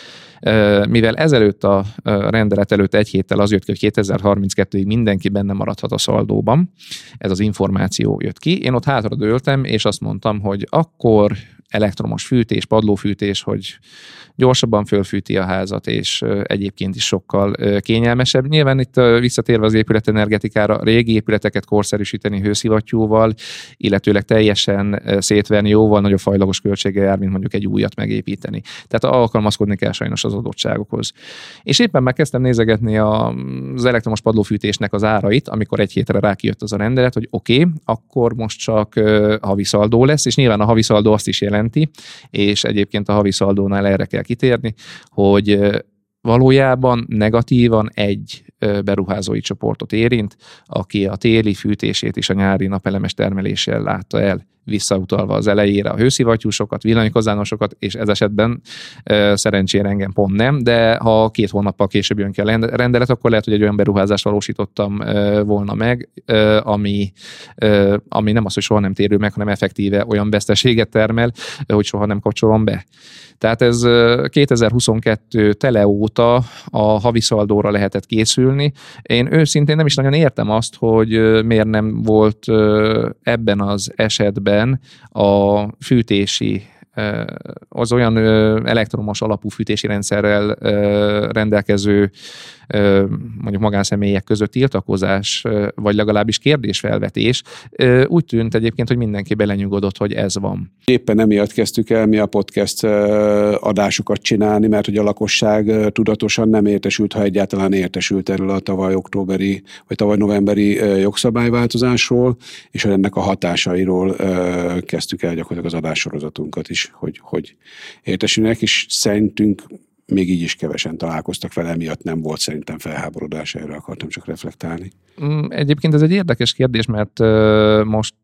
Mivel ezelőtt a rendelet előtt egy héttel az jött ki, hogy kétezer-harminckettőig mindenki benne maradhat a szaldóban, ez az információ jött ki, én ott hátradőltem, és azt mondtam, hogy akkor elektromos fűtés, padlófűtés, hogy gyorsabban fölfűti a házat, és egyébként is sokkal kényelmesebb. Nyilván itt visszatérve az épületenergetikára, régi épületeket korszerűsíteni hőszivattyúval, illetőleg teljesen szétverni jóval nagyobb fajlagos költséggel jár, mint mondjuk egy újat megépíteni. Tehát alkalmazkodni kell sajnos az adottságokhoz. És éppen megkezdtem nézegetni az elektromos padlófűtésnek az árait, amikor egy hétre rákijött az a rendelet, hogy oké, okay, akkor most csak haviszaldó lesz, és nyilván a haviszaldó azt is jelenti, és egyébként a haviszaldónál erre kell kitérni, hogy valójában negatívan egy beruházói csoportot érint, aki a téli fűtését és a nyári napelemes termeléssel látta el, visszautalva az elejére a hőszivattyúsokat, villanykozánosokat, és ez esetben e, szerencsére engem pont nem, de ha két hónappal később jön ki a rendelet, akkor lehet, hogy egy olyan beruházást valósítottam e, volna meg, e, ami, e, ami nem az, hogy soha nem térül meg, hanem effektíve olyan veszteséget termel, hogy soha nem kapcsolom be. Tehát ez kétezer-huszonkettő tele óta a haviszaldóra lehetett készülni. Én őszintén nem is nagyon értem azt, hogy miért nem volt ebben az esetben a fűtési, az olyan elektromos alapú fűtési rendszerrel rendelkező mondjuk magánszemélyek között tiltakozás, vagy legalábbis kérdésfelvetés. Úgy tűnt egyébként, hogy mindenki belenyugodott, hogy ez van. Éppen emiatt kezdtük el mi a podcast adásokat csinálni, mert hogy a lakosság tudatosan nem értesült, ha egyáltalán értesült erről a tavaly októberi, vagy tavaly novemberi jogszabályváltozásról, és ennek a hatásairól kezdtük el gyakorlatilag az adássorozatunkat is, hogy, hogy értesülnek, és szerintünk még így is kevesen találkoztak vele, emiatt nem volt szerintem felháborodás, erre akartam csak reflektálni. Egyébként ez egy érdekes kérdés, mert most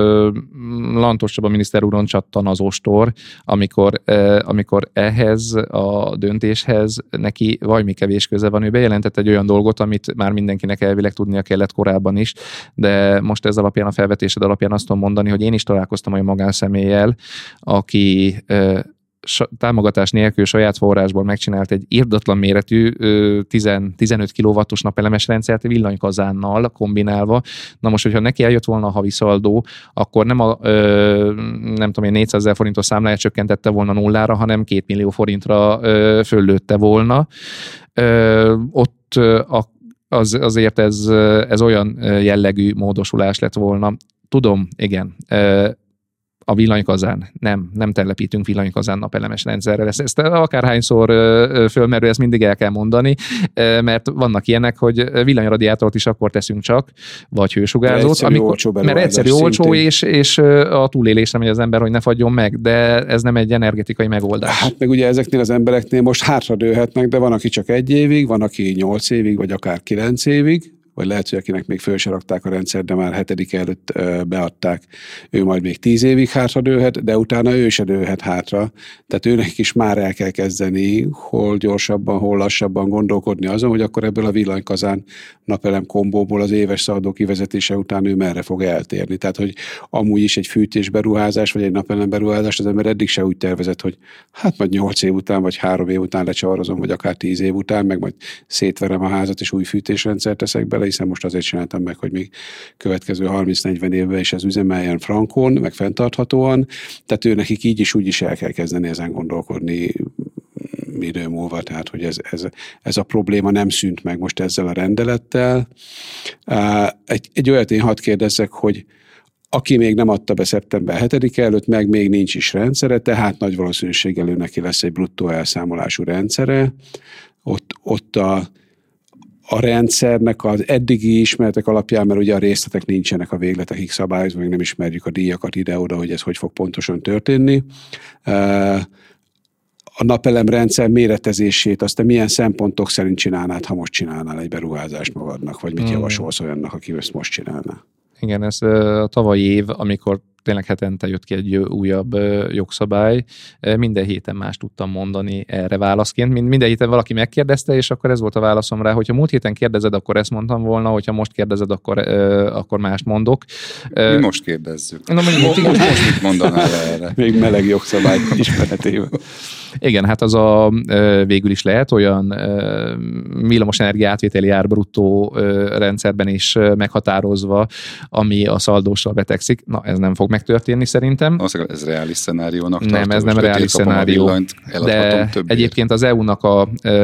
Lantos Csaba miniszter úron csattan az ostor, amikor, amikor ehhez a döntéshez neki valami kevés köze van. Ő bejelentett egy olyan dolgot, amit már mindenkinek elvileg tudnia kellett korábban is, de most ez alapján, a felvetésed alapján azt tudom mondani, hogy én is találkoztam olyan magánszemélyel, aki támogatás nélkül saját forrásból megcsinált egy irdatlan méretű tizenöt kilowattos napelemes rendszert villanykazánnal kombinálva. Na most, hogyha neki eljött volna a haviszaldó, akkor nem a nem tudom én négyszázezer forintos számláját csökkentette volna nullára, hanem két millió forintra föllőtte volna. Ott az, azért ez, ez olyan jellegű módosulás lett volna. Tudom, igen, a villanykazán. Nem, nem telepítünk villanykazán napelemes rendszerre. Ezt, ezt akárhányszor fölmerül, ezt mindig el kell mondani, mert vannak ilyenek, hogy villanyradiátort is akkor teszünk csak, vagy hősugárzót, amikor, mert egyszerű olcsó, és, és a túlélésre megy az ember, hogy ne fagyjon meg, de ez nem egy energetikai megoldás. Hát meg ugye ezeknél az embereknél most hátradőhetnek, de van, aki csak egy évig, van, aki nyolc évig, vagy akár kilenc évig, vagy lehet, hogy akinek még föl se rakták a rendszert, de már hetedik előtt beadták, ő majd még tíz évig hátradőhet, de utána ő se dőhet hátra. Tehát őnek is már el kell kezdeni, hol gyorsabban, hol lassabban gondolkodni azon, hogy akkor ebből a villanykazán napelem kombóból az éves szaladó kivezetése után ő merre fog eltérni. Tehát, hogy amúgy is egy fűtésberuházás, vagy egy napelem beruházás, az ember eddig se úgy tervezett, hogy hát majd nyolc év után, vagy három év után lecsavarozom, vagy akár tíz év után, meg majd szétverem a házat, és új fűtésrendszert teszek bele, hiszen most azért csináltam meg, hogy még következő harminc-negyven évben is ez üzemeljen frankon, meg fenntarthatóan. Tehát ő nekik így is úgy is el kell kezdeni ezen gondolkodni idő múlva, tehát hogy ez, ez, ez a probléma nem szűnt meg most ezzel a rendelettel. Egy, egy olyat én hadd kérdezzek, hogy aki még nem adta be szeptember hetedike előtt, meg még nincs is rendszere, tehát nagy valószínűséggel ő neki lesz egy bruttó elszámolású rendszere. Ott, ott a a rendszernek az eddigi ismeretek alapján, mert ugye a részletek nincsenek a végletekig szabályozva, még nem ismerjük a díjakat ide-oda, hogy ez hogy fog pontosan történni. A napelemrendszer méretezését azt te milyen szempontok szerint csinálnád, ha most csinálnál egy beruházást magadnak, vagy mit javasolsz olyannak, aki ezt most csinálná? Igen, ez a tavalyi év, amikor tényleg hetente jött ki egy újabb jogszabály, minden héten más tudtam mondani erre válaszként. Minden héten valaki megkérdezte, és akkor ez volt a válaszom rá, hogyha múlt héten kérdezed, akkor ezt mondtam volna, hogyha most kérdezed, akkor, akkor mást mondok. Mi most kérdezzük. Na, mondjuk, most, most mit mondanál erre? Még meleg jogszabály ismeretében. Igen, hát az a végül is lehet olyan villamosenergia átvételi ár bruttó rendszerben is meghatározva, ami a szaldóssal betegszik. Na, ez nem fog megtörténni szerintem. Azt ez reális szenáriónak nem, tartom. Ez nem reális szenárió. Villanyt, de egyébként az é u-nak a,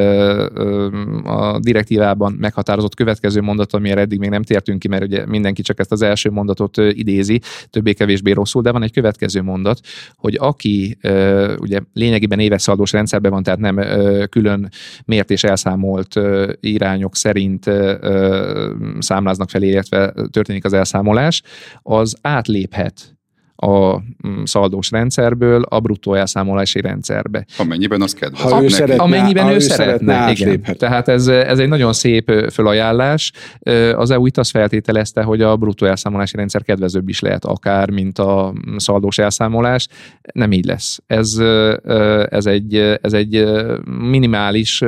a direktívában meghatározott következő mondat, amire eddig még nem tértünk ki, mert ugye mindenki csak ezt az első mondatot idézi, többé-kevésbé rosszul, de van egy következő mondat, hogy aki ugye lényegében éves szaldós rendszerben van, tehát nem külön mért és elszámolt irányok szerint számláznak fel, illetve történik az elszámolás, az átléphet a szaldós rendszerből a bruttó elszámolási rendszerbe. Amennyiben az kedvező ha neki. Szeretne, Amennyiben ő, ő szeretne, szeretne igen. Tehát ez, ez egy nagyon szép fölajánlás. Az é u itt azt feltételezte, hogy a bruttó elszámolási rendszer kedvezőbb is lehet akár, mint a szaldós elszámolás. Nem így lesz. Ez, ez, egy, ez egy minimális,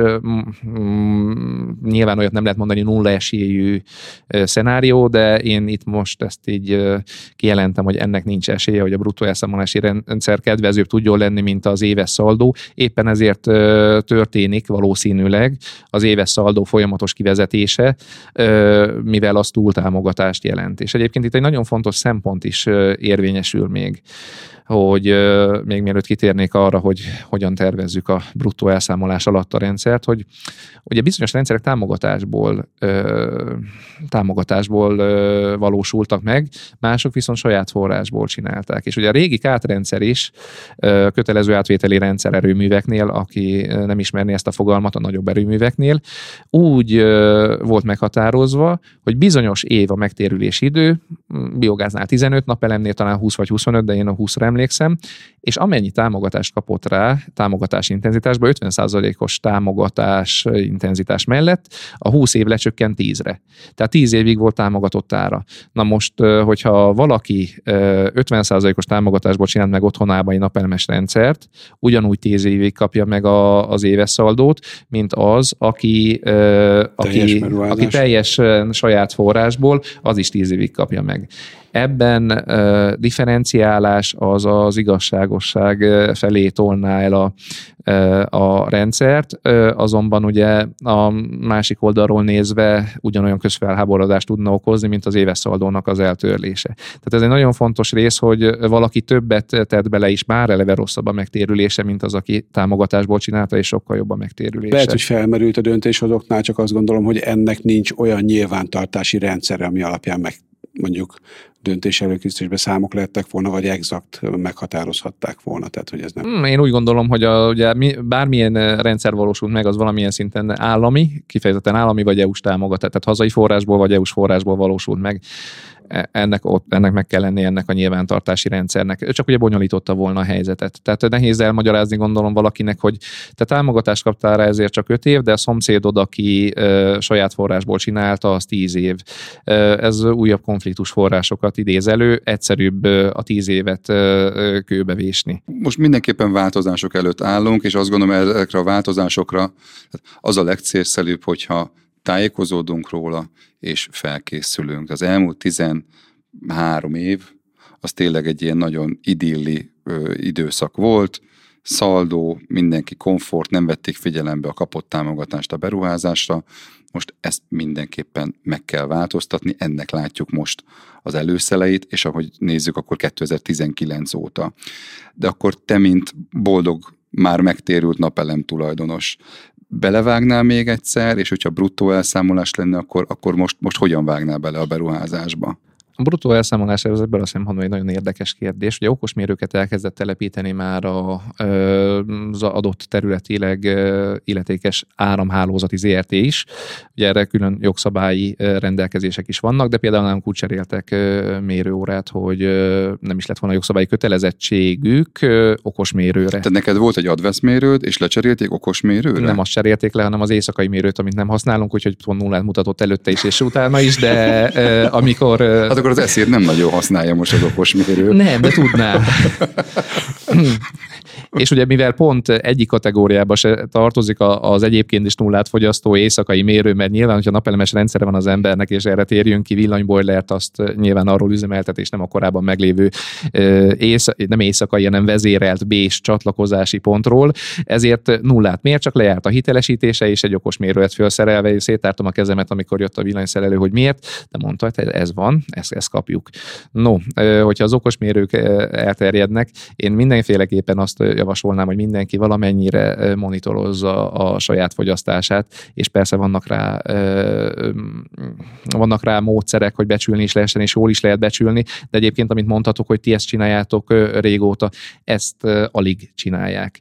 nyilván olyat nem lehet mondani nulla esélyű szenárió, de én itt most ezt így kijelentem, hogy ennek nincs esélye, hogy a bruttó elszámolási rendszer kedvezőbb tudjon lenni, mint az éves szaldó. Éppen ezért történik valószínűleg az éves szaldó folyamatos kivezetése, mivel az túltámogatást jelent. És egyébként itt egy nagyon fontos szempont is érvényesül még, hogy euh, még mielőtt kitérnék arra, hogy hogyan tervezzük a bruttó elszámolás alatt a rendszert, hogy ugye bizonyos rendszerek támogatásból, euh, támogatásból euh, valósultak meg, mások viszont saját forrásból csinálták. És ugye a régi kátrendszer is, euh, kötelező átvételi rendszer erőműveknél, aki nem ismerné ezt a fogalmat, a nagyobb erőműveknél, úgy euh, volt meghatározva, hogy bizonyos év a megtérülési idő, biogáznál tizenöt, napelemnél talán húsz vagy huszonöt, de én a húszra emlékszem, és amennyi támogatást kapott rá, támogatás intenzitásban, ötven százalékos támogatás intenzitás mellett a húsz év lecsökkent tízre. Tehát tíz évig volt támogatott ára. Na most, hogyha valaki ötven százalékos támogatásból csinált meg otthonában egy napelemes rendszert, ugyanúgy tíz évig kapja meg a, az éves szaldót, mint az, aki, aki, aki teljesen saját forrásból, az is tíz évig kapja meg. Ebben uh, differenciálás az az igazságosság felé tolná el a, uh, a rendszert, uh, azonban ugye a másik oldalról nézve ugyanolyan közfelháborodást tudna okozni, mint az éves szaldónak az eltörlése. Tehát ez egy nagyon fontos rész, hogy valaki többet tett bele is, már eleve rosszabb a megtérülése, mint az, aki támogatásból csinálta, és sokkal jobb a megtérülése. Lehet, hogy felmerült a döntéshozóknál, csak azt gondolom, hogy ennek nincs olyan nyilvántartási rendszere, ami alapján meg mondjuk döntés előkészítésben számok lehettek volna, vagy exakt meghatározhatták volna. Tehát, hogy ez nem... Én úgy gondolom, hogy a, ugye, bármilyen rendszer valósult meg, az valamilyen szinten állami, kifejezetten állami vagy é u-s támogatás, tehát hazai forrásból vagy é u-s forrásból valósult meg. Ennek, ott, ennek meg kell lenni ennek a nyilvántartási rendszernek. Csak ugye bonyolította volna a helyzetet. Tehát nehéz elmagyarázni, gondolom valakinek, hogy te támogatást kaptál rá ezért csak öt év, de a szomszédod, aki ö, saját forrásból csinálta, az tíz év. Ez újabb konfliktus forrásokat idéz elő, egyszerűbb a tíz évet ö, kőbevésni. Most mindenképpen változások előtt állunk, és azt gondolom, ezekre a változásokra az a legcélszerűbb, hogyha tájékozódunk róla, és felkészülünk. Az elmúlt tizenhárom év, az tényleg egy ilyen nagyon idilli ö, időszak volt, szaldó, mindenki komfort, nem vették figyelembe a kapott támogatást a beruházásra, most ezt mindenképpen meg kell változtatni, ennek látjuk most az előszeleit, és ahogy nézzük, akkor kétezer-tizenkilenc óta. De akkor te, mint boldog, már megtérült napelem tulajdonos, belevágnál még egyszer, és hogyha bruttó elszámolás lenne, akkor, akkor most, most hogyan vágnál bele a beruházásba? A bruttó elszámolás az ebből azt hiszem, hogy egy nagyon érdekes kérdés. Ugye okosmérőket elkezdett telepíteni már a, az adott területileg illetékes áramhálózati zé er té is. Ugye erre külön jogszabályi rendelkezések is vannak, de például nálunk úgy cseréltek mérőórát, hogy nem is lett volna jogszabályi kötelezettségük okosmérőre. Tehát neked volt egy adveszmérőd, és lecserélték okosmérőre? Nem azt cserélték le, hanem az éjszakai mérőt, amit nem használunk, úgyhogy pont nullát mutatott előtte is és utána is, de amikor... Hát akkor az eszéd nem nagyon használja most az okosmérő. Nem, de tudná. És ugye mivel pont egyik kategóriába se tartozik az egyébként is nullát fogyasztó éjszakai mérő, mert nyilván, hogyha napelemes rendszere van az embernek, és erre térjünk ki, villanybojlert, azt nyilván arról üzemeltet, és nem a korábban meglévő ész, nem éjszakai, hanem vezérelt bés csatlakozási pontról, ezért nullát mér, csak lejárt a hitelesítése, és egy okosmérő lett felszerelve, és széttártam a kezemet, amikor jött a villanyszerelő, hogy miért, de mondta, hogy ez van, ezt, ezt kapjuk. No, hogyha az okosmérők elterjednek, én mindenféleképpen azt javasolnám, hogy mindenki valamennyire monitorozza a saját fogyasztását, és persze vannak rá, vannak rá módszerek, hogy becsülni is lehessen, és jól is lehet becsülni, de egyébként, amit mondhatok, hogy ti ezt csináljátok régóta, ezt alig csinálják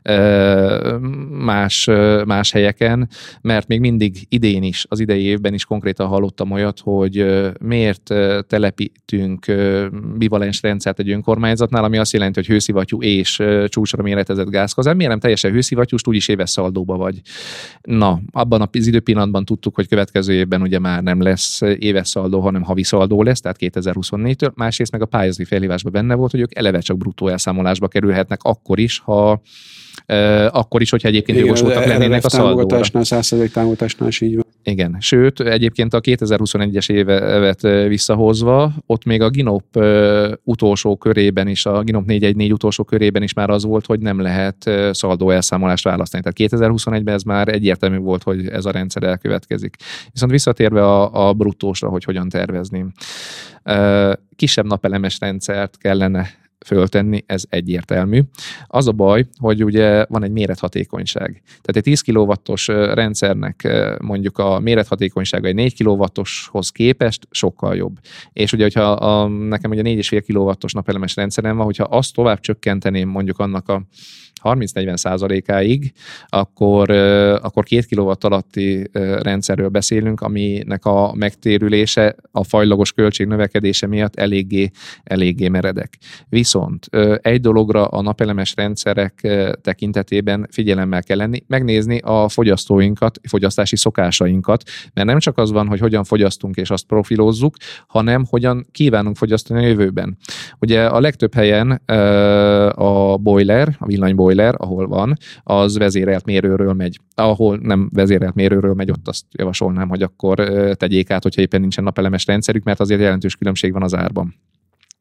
más, más helyeken, mert még mindig idén is, az idei évben is konkrétan hallottam olyat, hogy miért telepítünk bivalens rendszert egy önkormányzatnál, ami azt jelenti, hogy hőszivattyú és csúcsra méretezett gázkazán. Miért nem teljesen hőszivattyúst, úgyis éves szaldóba vagy. Na, abban az időpillanatban tudtuk, hogy következő évben ugye már nem lesz éves szaldó, hanem havi szaldó lesz, tehát kétezer-huszonnégytől. Másrészt meg a pályázati felhívásban benne volt, hogy ők eleve csak bruttó elszámolásba kerülhetnek akkor is, ha Uh, akkor is, hogyha egyébként igen, jogosultak lennének a szaldóra. Támogatásnál, száz százalék támogatásnál is így van. Igen, sőt, egyébként a kétezer-huszonegyes évet visszahozva, ott még a GINOP uh, utolsó körében is, a GINOP négyszáztizennégy utolsó körében is már az volt, hogy nem lehet uh, szaldó elszámolást választani. Tehát kétezer-huszonegyben ez már egyértelmű volt, hogy ez a rendszer elkövetkezik. Viszont visszatérve a, a bruttósra, hogy hogyan tervezni. Uh, kisebb napelemes rendszert kellene föltenni, ez egyértelmű. Az a baj, hogy ugye van egy mérethatékonyság. Tehát egy tíz kilowattos rendszernek mondjuk a mérethatékonysága egy négy kilowattoshoz képest sokkal jobb. És ugye, hogyha a, nekem ugye négy egész öt kilowattos napelemes rendszerem van, hogyha azt tovább csökkenteném mondjuk annak a harminc-negyven százalékáig, akkor, akkor két kilowatt alatti rendszerről beszélünk, aminek a megtérülése a fajlagos költség növekedése miatt eléggé, eléggé meredek. Viszont egy dologra a napelemes rendszerek tekintetében figyelemmel kell lenni, megnézni a fogyasztóinkat, fogyasztási szokásainkat, mert nem csak az van, hogy hogyan fogyasztunk és azt profilozzuk, hanem hogyan kívánunk fogyasztani a jövőben. Ugye a legtöbb helyen a boiler, a villanyboiler, ahol van, az vezérelt mérőről megy. Ahol nem vezérelt mérőről megy, ott azt javasolnám, hogy akkor tegyék át, hogyha éppen nincsen napelemes rendszerük, mert azért jelentős különbség van az árban.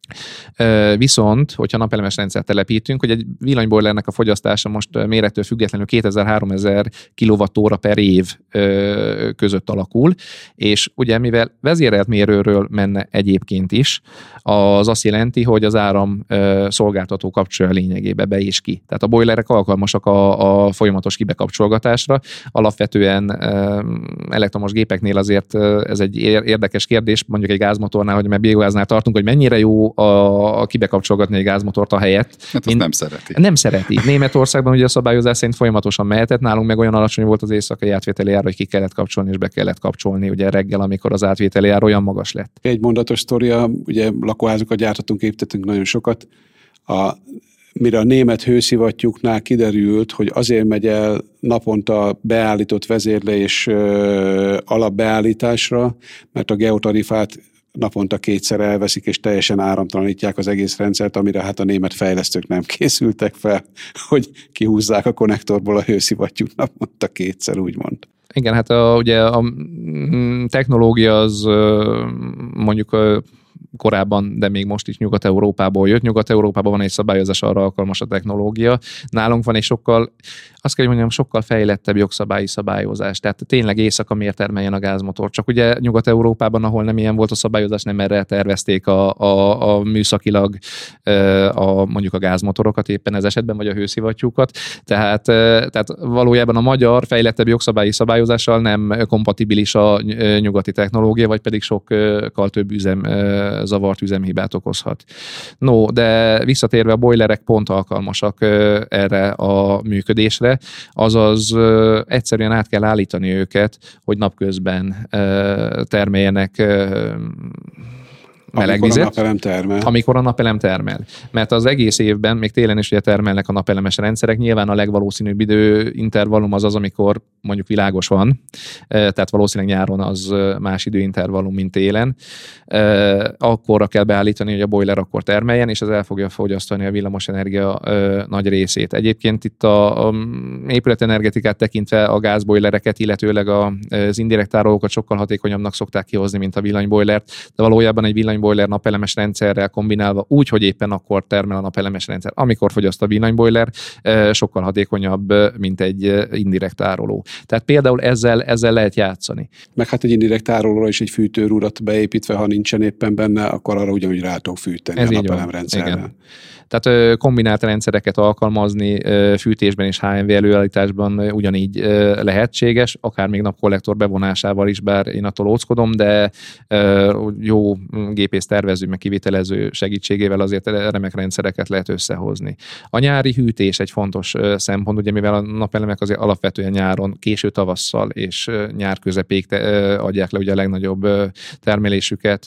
Viszont, hogyha napelemes rendszert telepítünk, hogy egy villanybojlernek a fogyasztása most mérettől függetlenül kétezer-háromezer kilowattóra per év között alakul, és ugye mivel vezérelt mérőről menne egyébként is, az azt jelenti, hogy az áram szolgáltató kapcsolja lényegébe be és ki. Tehát a bojlerek alkalmasak a, a folyamatos kibekapcsolgatásra. Alapvetően elektromos gépeknél azért ez egy érdekes kérdés, mondjuk egy gázmotornál, hogy mert biogáznál tartunk, hogy mennyire jó a, a kibekapcsolgatni egy gázmotort a helyett. Hát azt nem szereti. Nem szereti. Németországban ugye a szabályozás szerint folyamatosan mehetett, nálunk meg olyan alacsony volt az éjszakai átvételi ár, hogy ki kellett kapcsolni és be kellett kapcsolni ugye reggel, amikor az átvételi ár olyan magas lett. Egy mondatos sztoria, ugye lakóházokat gyártottunk, építettünk nagyon sokat. A, mire a német hőszivattyúknál kiderült, hogy azért megy el naponta beállított vezérlés ö, alapbeállításra, mert a geotarifát naponta kétszer elveszik, és teljesen áramtalanítják az egész rendszert, amire hát a német fejlesztők nem készültek fel, hogy kihúzzák a konnektorból a hőszivattyút naponta kétszer, úgymond. Igen, hát a, ugye a technológia az mondjuk korábban, de még most is Nyugat-Európából jött. Nyugat-Európában van egy szabályozás, arra alkalmas a technológia. Nálunk van egy sokkal, azt kell, hogy mondjam, sokkal fejlettebb jogszabályi szabályozás. Tehát tényleg éjszaka miért termeljen a gázmotor. Csak ugye Nyugat-Európában, ahol nem ilyen volt a szabályozás, nem erre tervezték a, a, a műszakilag a, mondjuk a gázmotorokat éppen ez esetben, vagy a hőszivattyúkat. Tehát, tehát valójában a magyar fejlettebb jogszabályi szabályozással nem kompatibilis a nyugati technológia, vagy pedig sokkal több üzem zavart üzemhibát okozhat. No, de visszatérve a bojlerek pont alkalmasak erre a működésre, azaz egyszerűen át kell állítani őket, hogy napközben termeljenek melegvizet. Amikor a napelem termel. Amikor a napelem termel. Mert az egész évben, még télen is ugye termelnek a napelemes rendszerek, nyilván a legvalószínűbb időintervallum az az, amikor mondjuk világos van, tehát valószínűleg nyáron az más időintervallum, mint télen. Akkorra kell beállítani, hogy a boiler akkor termeljen, és ez el fogja fogyasztani a villamosenergia nagy részét. Egyébként itt a, a épületenergetikát tekintve a gázbojlereket, illetőleg az indirekt tárolókat sokkal hatékonyabbnak szokták kihozni, mint a villanyboilert, de valójában egy villany boiler napelemes rendszerrel kombinálva úgy, hogy éppen akkor termel a napelemes rendszer. Amikor fogyaszt a villanyboiler, sokkal hatékonyabb, mint egy indirekt tároló. Tehát például ezzel, ezzel lehet játszani. Meg hát egy indirekt tárolóra is egy fűtőrúrat beépítve, ha nincsen éppen benne, akkor arra ugyanúgy rá tudok fűteni ez a napelem rendszerrel. Tehát kombinált rendszereket alkalmazni fűtésben és há em vé előállításban ugyanígy lehetséges, akár még napkollektor bevonásával is, bár én attól óckodom, de jó gépész tervező, meg kivitelező segítségével azért remek rendszereket lehet összehozni. A nyári hűtés egy fontos szempont, ugye mivel a napelemek azért alapvetően nyáron, késő tavasszal és nyár közepéig adják le ugye a legnagyobb termelésüket,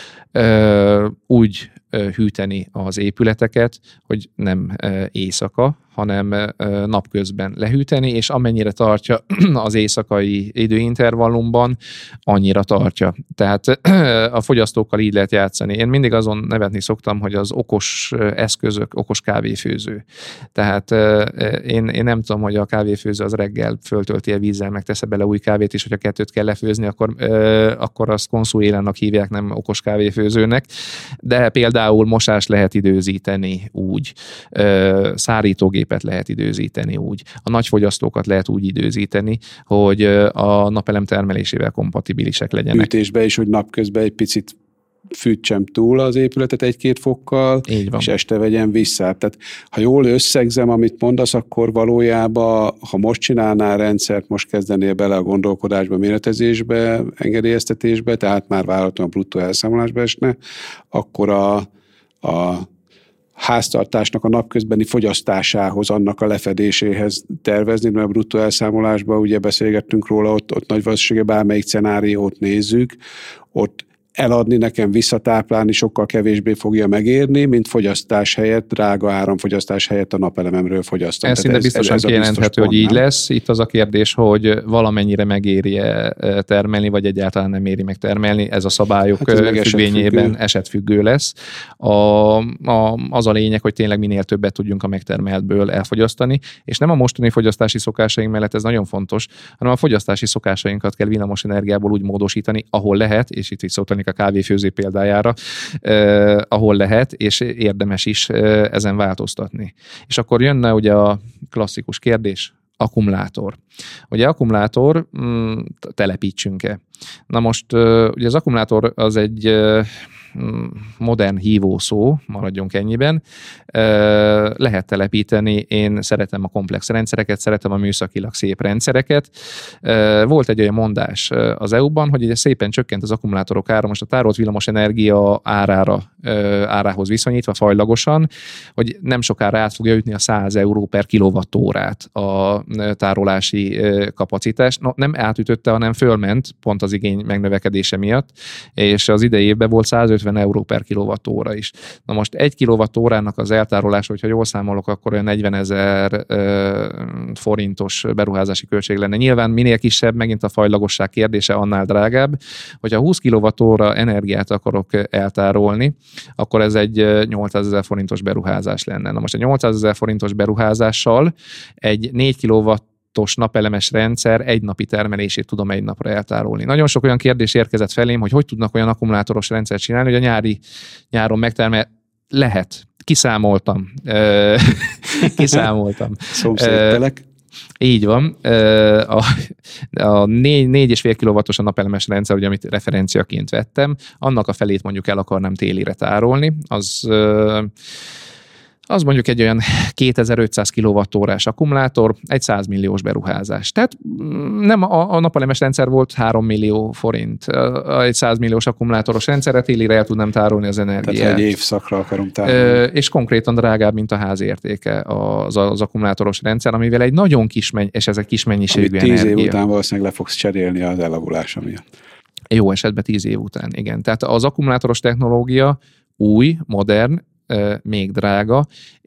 úgy hűteni az épületeket, hogy nem éjszaka, hanem napközben lehűteni, és amennyire tartja az éjszakai időintervallumban, annyira tartja. Tehát a fogyasztókkal így lehet játszani. Én mindig azon nevetni szoktam, hogy az okos eszközök, okos kávéfőző. Tehát én, én nem tudom, hogy a kávéfőző az reggel föltölti a vízzel, meg tesz bele új kávét is, hogyha kettőt kell lefőzni, akkor, akkor azt konszúélának hívják, nem okos kávéfőzőnek. De például mosás lehet időzíteni úgy, szárítógép lehet időzíteni úgy. A nagy fogyasztókat lehet úgy időzíteni, hogy a napelem termelésével kompatibilisek legyenek. Fűtésbe is, hogy napközben egy picit fűtsem túl az épületet egy-két fokkal, és este vegyen vissza. Tehát ha jól összegzem, amit mondasz, akkor valójában, ha most csinálnál rendszert, most kezdenél bele a gondolkodásba, méretezésbe, engedélyeztetésbe, tehát már vállaltan a bruttó elszámolásba esne, akkor a, a háztartásnak a napközbeni fogyasztásához, annak a lefedéséhez tervezni, mert a bruttó elszámolásban ugye beszélgettünk róla, ott, ott nagy valószínűleg bármelyik szenáriót nézzük, ott eladni nekem visszatáplálni sokkal kevésbé fogja megérni, mint fogyasztás helyett, drága áramfogyasztás helyett a napelememről fogyasztom. Ez szinte biztosan ez, ez kijelenthető, hogy így lesz. Itt az a kérdés, hogy valamennyire megéri termelni, vagy egyáltalán nem éri meg termelni. Ez a szabályok hát függvényében esetfüggő lesz. A, a, az a lényeg, hogy tényleg minél többet tudjunk a megtermeltből elfogyasztani, és nem a mostani fogyasztási szokásaink mellett, ez nagyon fontos, hanem a fogyasztási szokásainkat kell villamos energiából úgy módosítani, ahol lehet, és itt visszautalnék a kávéfőző példájára, eh, ahol lehet, és érdemes is eh, ezen változtatni. És akkor jönne ugye a klasszikus kérdés, akkumulátor. Ugye akkumulátor, mm, telepítsünk-e? Na most ugye az akkumulátor az egy modern hívószó, maradjunk ennyiben. Lehet telepíteni, én szeretem a komplex rendszereket, szeretem a műszakilag szép rendszereket. Volt egy olyan mondás az é u-ban, hogy ugye szépen csökkent az akkumulátorok ára, most a tárolt villamos energia árára, árához viszonyítva fajlagosan, hogy nem sokára át fogja ütni a száz euró per kilowattórát a tárolási kapacitás. No, nem átütötte, hanem fölment, pont az igény megnövekedése miatt, és az idei évben volt százötven euró per kilowattóra is. Na most egy kilowattórának az eltárolása, hogyha jól számolok, akkor olyan negyvenezer forintos beruházási költség lenne. Nyilván minél kisebb, megint a fajlagosság kérdése, annál drágább. Hogyha húsz kilowattóra energiát akarok eltárolni, akkor ez egy nyolcszázezer forintos beruházás lenne. Na most a nyolcszázezer forintos beruházással egy négy kilowatt napelemes rendszer egy napi termelését tudom egy napra eltárolni. Nagyon sok olyan kérdés érkezett felém, hogy hogy tudnak olyan akkumulátoros rendszert csinálni, hogy a nyári, nyáron megtermel. Lehet. Kiszámoltam. Kiszámoltam. Szomszédtelek. Így van. A, a négy és fél kilowattos a napelemes rendszer, ugye, amit referenciaként vettem, annak a felét mondjuk el akarnám télire tárolni, az... az mondjuk egy olyan kétezer-ötszáz kilowattórás akkumulátor, egy száz milliós beruházás. Tehát nem a, a napelemes rendszer volt három millió forint. Egy száz milliós akkumulátoros rendszerre télire el tudnám tárolni az energiát. Tehát egy évszakra akarom tárolni. És konkrétan drágább, mint a ház értéke az, az akkumulátoros rendszer, amivel egy nagyon kis menny, és ez egy kis mennyiségű amit energia. tíz év után valószínűleg le fogsz cserélni az elavulása miatt. Jó esetben tíz év után, igen. Tehát az akkumulátoros technológia új, modern, még drága,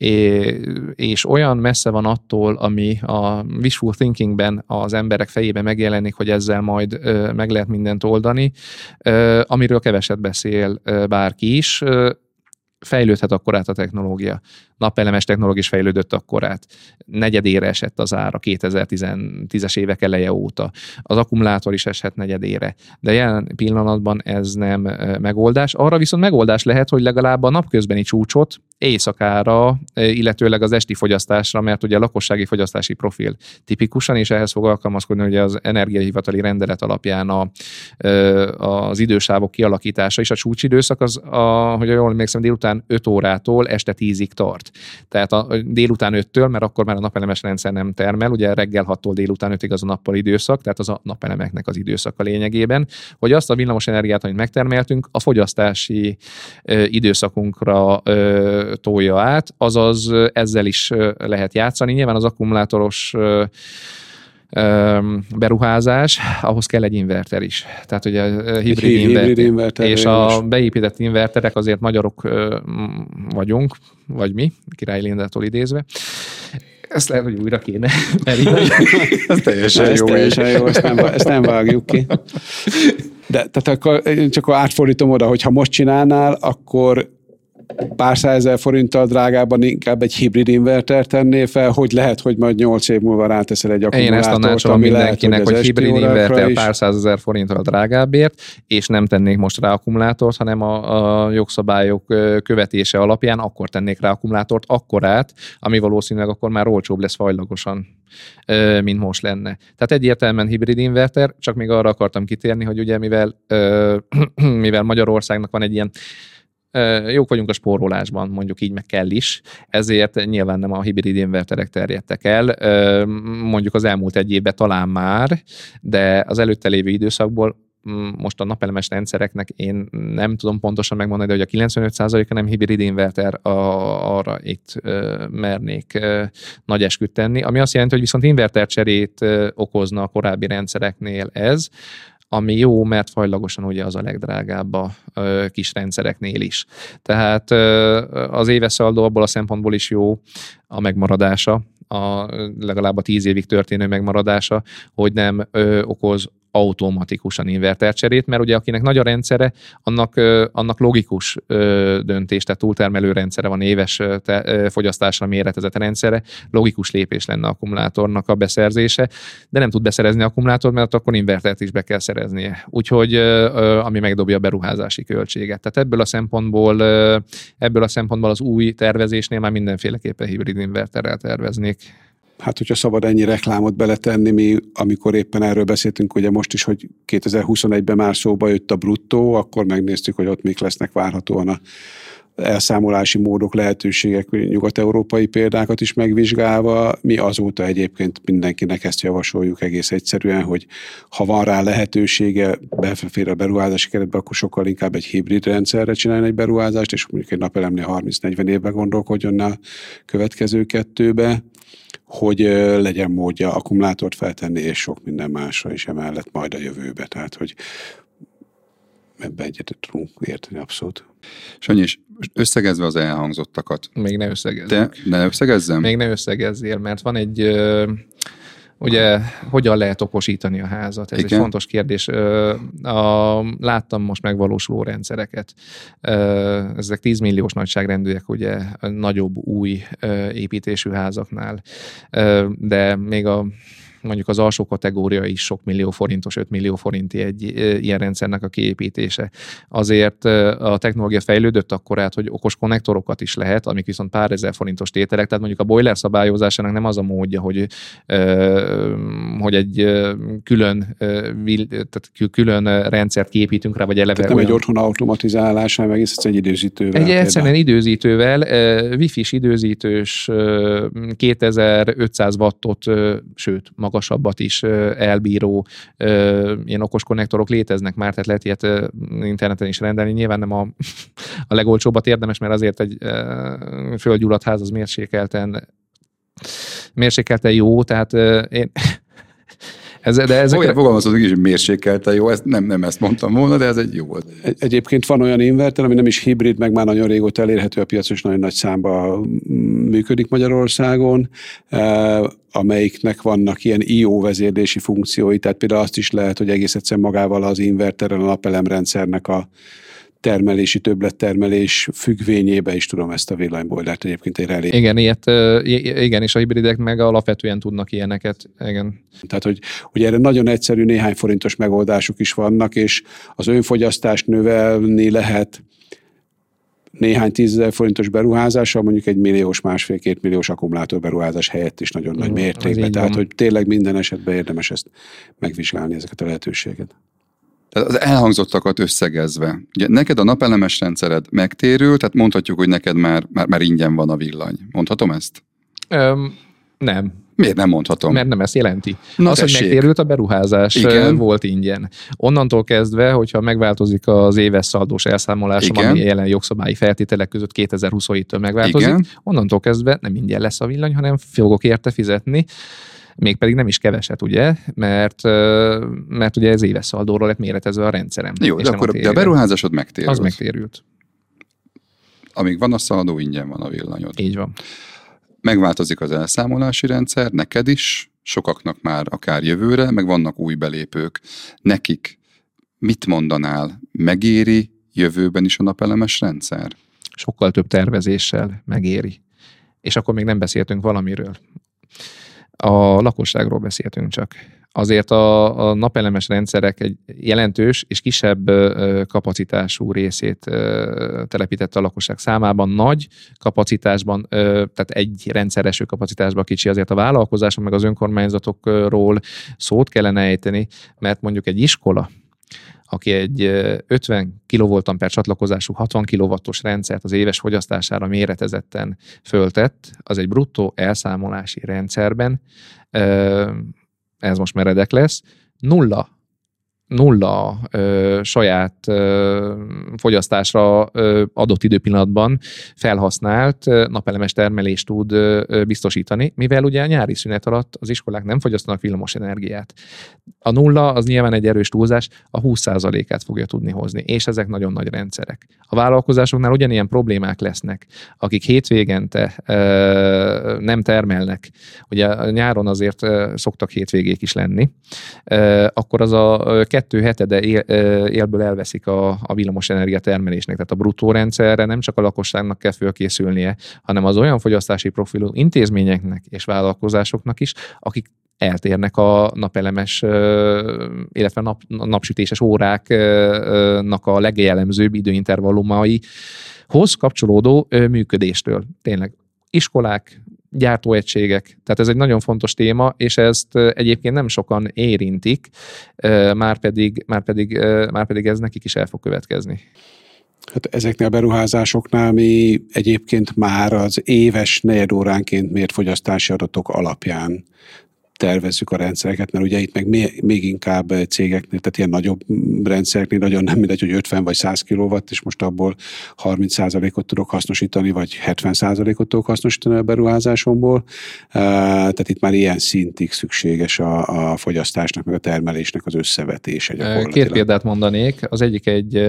és olyan messze van attól, ami a wishful thinkingben az emberek fejében megjelenik, hogy ezzel majd meg lehet mindent oldani, amiről keveset beszél bárki is. Fejlődhet akkorát a technológia. Napelemes technológia is fejlődött akkorát. Negyedére esett az ára kétezer-tízes évek eleje óta. Az akkumulátor is eshet negyedére. De jelen pillanatban ez nem megoldás. Arra viszont megoldás lehet, hogy legalább a napközbeni csúcsot éjszakára, illetőleg az esti fogyasztásra, mert ugye a lakossági fogyasztási profil tipikusan, és ehhez fog alkalmazkodni ugye az energiahivatali rendelet alapján a, az idősávok kialakítása is. A csúcsidőszak az, a, hogy jól emlékszem, délután öt órától este tízig tart. Tehát a délután öttől, mert akkor már a napelemes rendszer nem termel, ugye reggel hattól délután ötig az a nappal időszak, tehát az a napelemeknek az időszaka lényegében, hogy azt a villamos energiát, amit megtermeltünk, a fogyasztási ö, időszakunkra ö, tolja át, azaz ezzel is ö, lehet játszani. Nyilván az akkumulátoros ö, beruházás, ahhoz kell egy inverter is. Tehát ugye hibrid, hibrid inverter. inverter. És a beépített inverterek azért magyarok vagyunk, vagy mi, Király Lindától idézve. Ezt lehet, hogy újra kéne. Ez teljesen ez jó. Teljesen jó, ezt nem, ezt nem vágjuk ki. De tehát akkor csak átfordítom oda, hogy ha most csinálnál, akkor pár százezer forinttal drágában inkább egy hibrid inverter tennél fel, hogy lehet, hogy majd nyolc év múlva ráteszel egy akkumulátort. Én ezt tanácsolom mindenkinek, lehet, hogy, hogy hibrid inverter is pár százezer forinttal drágábbért, és nem tennék most rá akkumulátort, hanem a, a jogszabályok követése alapján akkor tennék rá akkumulátort akkorát, ami valószínűleg akkor már olcsóbb lesz fajlagosan, mint most lenne. Tehát egyértelműen hibrid inverter, csak még arra akartam kitérni, hogy ugye mivel, mivel Magyarországnak van egy ilyen jók vagyunk a spórolásban, mondjuk így, meg kell is, ezért nyilván nem a hibrid inverterek terjedtek el, mondjuk az elmúlt egy évben talán már, de az előtte lévő időszakból most a napelemes rendszereknek én nem tudom pontosan megmondani, de hogy a kilencvenöt százaléka nem hibrid inverter, a, arra itt e, mernék e, nagy esküt tenni, ami azt jelenti, hogy viszont invertercserét e, okozna a korábbi rendszereknél ez, ami jó, mert fajlagosan ugye az a legdrágább a ö, kis rendszereknél is. Tehát ö, az éves szaldó abból a szempontból is jó a megmaradása, a, legalább a tíz évig történő megmaradása, hogy nem ö, okoz automatikusan invertercserét, mert ugye akinek nagy a rendszere, annak, annak logikus döntés, tehát túltermelő rendszere van, éves te, fogyasztásra méretezett rendszere, logikus lépés lenne akkumulátornak a beszerzése, de nem tud beszerezni akkumulátort, mert akkor invertert is be kell szereznie. Úgyhogy ami megdobja a beruházási költséget. Tehát ebből a szempontból, ebből a szempontból az új tervezésnél már mindenféleképpen hibrid inverterrel terveznék. Hát, hogyha szabad ennyi reklámot beletenni, mi, amikor éppen erről beszéltünk, ugye most is, hogy kétezer-huszonegyben már szóba jött a bruttó, akkor megnéztük, hogy ott mik lesznek várhatóan a elszámolási módok, lehetőségek, nyugat-európai példákat is megvizsgálva. Mi azóta egyébként mindenkinek ezt javasoljuk egész egyszerűen, hogy ha van rá lehetősége, befér a beruházási keretbe, akkor sokkal inkább egy hibrid rendszerre csinálni egy beruházást, és mondjuk egy napelemnél harminc-negyven évben gondolkodjon a következő kettőbe, hogy legyen módja akkumulátort feltenni, és sok minden másra is emellett majd a jövőbe. Tehát, hogy ebben egyet tudunk érteni abszolút. Sanyi, és összegezve az elhangzottakat. Még ne összegezzük. Te ne összegezzem? Még ne összegezzél, mert van egy... Ugye, hogyan lehet okosítani a házat? Ez Igen. egy fontos kérdés. A, láttam most megvalósuló rendszereket. Ezek tízmilliós nagyságrendűek, ugye, nagyobb, új építésű házaknál. De még a mondjuk az alsó kategória is sok millió forintos, öt millió forinti egy ilyen rendszernek a kiépítése. Azért a technológia fejlődött akkorát, hogy okos konnektorokat is lehet, amik viszont pár ezer forintos tételek, tehát mondjuk a boiler szabályozásának nem az a módja, hogy, hogy egy külön, tehát külön rendszert kiépítünk rá, vagy eleve. Tehát nem olyan... egy otthon automatizálás, hanem egész egy időzítővel. Egy egyszerűen időzítővel, wifi-s időzítős kétezer-ötszáz wattot, sőt, magasabbat is elbíró ilyen okos konnektorok léteznek már, tehát lehet ilyet interneten is rendelni. Nyilván nem a, a legolcsóbbat érdemes, mert azért egy földgyulladt ház az mérsékelten, mérsékelten jó, tehát én... Ez, de ezek... Olyan fogalmazódik is, hogy mérsékelte jó, ezt, nem, nem ezt mondtam volna, de ez egy jó volt. Egyébként van olyan inverter, ami nem is hibrid, meg már nagyon régóta elérhető a piacon, és nagyon nagy számban működik Magyarországon, amelyiknek vannak ilyen I O vezérlési funkciói, tehát például azt is lehet, hogy egész egyszerűen magával az inverteren a napelemrendszernek a termelési, többlettermelés függvényébe is tudom ezt a villanybojlert egyébként egy relé. Igen, ilyet, igen, és a hibridek meg alapvetően tudnak ilyeneket. Igen. Tehát, hogy ugye erre nagyon egyszerű néhány forintos megoldások is vannak, és az önfogyasztást növelni lehet néhány tízezer forintos beruházással, mondjuk egy milliós, másfél-két milliós akkumulátor beruházás helyett is nagyon nagy mértékben. Tehát, van. Hogy tényleg minden esetben érdemes ezt megvizsgálni, ezeket a lehetőséget. Tehát az elhangzottakat összegezve. Ugye neked a napelemes rendszered megtérül, tehát mondhatjuk, hogy neked már, már, már ingyen van a villany. Mondhatom ezt? Öm, nem. Miért nem mondhatom? Mert nem ezt jelenti. Na az, tessék. hogy megtérült a beruházás, Igen. volt ingyen. Onnantól kezdve, hogyha megváltozik az éves szaldós elszámolásom, Igen. ami jelen jogszabályi feltételek között kétezer-huszonhéttől megváltozik, Igen. onnantól kezdve nem ingyen lesz a villany, hanem fogok érte fizetni. Mégpedig nem is keveset, ugye, mert, mert ugye ez éves szaldóról lett méretezve a rendszerem. Jó, de akkor de a beruházásod megtérült. Az megtérült. Amíg van a szaldó, ingyen van a villanyod. Így van. Megváltozik az elszámolási rendszer, neked is, sokaknak már akár jövőre, meg vannak új belépők. Nekik mit mondanál? Megéri jövőben is a napelemes rendszer? Sokkal több tervezéssel megéri. És akkor még nem beszéltünk valamiről. A lakosságról beszéltünk csak. Azért a, a napelemes rendszerek egy jelentős és kisebb kapacitású részét telepítette a lakosság számában. Nagy kapacitásban, tehát egy rendszereső kapacitásban kicsi, azért a vállalkozások meg az önkormányzatokról szót kellene ejteni, mert mondjuk egy iskola, aki egy ötven kilovoltamper csatlakozású hatvan kilowattos rendszert az éves fogyasztására méretezetten föltett, az egy bruttó elszámolási rendszerben, ez most meredek lesz, nulla nulla ö, saját ö, fogyasztásra ö, adott időpillanatban felhasznált ö, napelemes termelést tud ö, biztosítani, mivel ugye a nyári szünet alatt az iskolák nem fogyasztanak villamos energiát. A nulla az nyilván egy erős túlzás, a húsz százalékát fogja tudni hozni, és ezek nagyon nagy rendszerek. A vállalkozásoknál ugyanilyen problémák lesznek, akik hétvégente ö, nem termelnek, ugye nyáron azért ö, szoktak hétvégék is lenni, ö, akkor az a kettő hetede él, élből elveszik a, a villamosenergia termelésnek. Tehát a bruttó rendszerre nem csak a lakosságnak kell fölkészülnie, hanem az olyan fogyasztási profilú intézményeknek és vállalkozásoknak is, akik eltérnek a napelemes, illetve nap, napsütéses óráknak a legjellemzőbb időintervallumaihoz kapcsolódó működéstől. Tényleg iskolák, gyártóegységek, tehát ez egy nagyon fontos téma, és ezt egyébként nem sokan érintik, már pedig, már pedig, már pedig ez nekik is el fog következni. Hát ezeknél a beruházásoknál mi egyébként már az éves negyedóránként mért fogyasztási adatok alapján tervezzük a rendszereket, mert ugye itt meg még inkább cégeknél, tehát ilyen nagyobb rendszereknél nagyon nem mindegy, hogy ötven vagy száz kilowatt, és most abból harminc százalékot tudok hasznosítani, vagy hetven százalékot tudok hasznosítani a beruházásomból. Tehát itt már ilyen szintig szükséges a, a fogyasztásnak, meg a termelésnek az összevetése gyakorlatilag. Két példát mondanék. Az egyik egy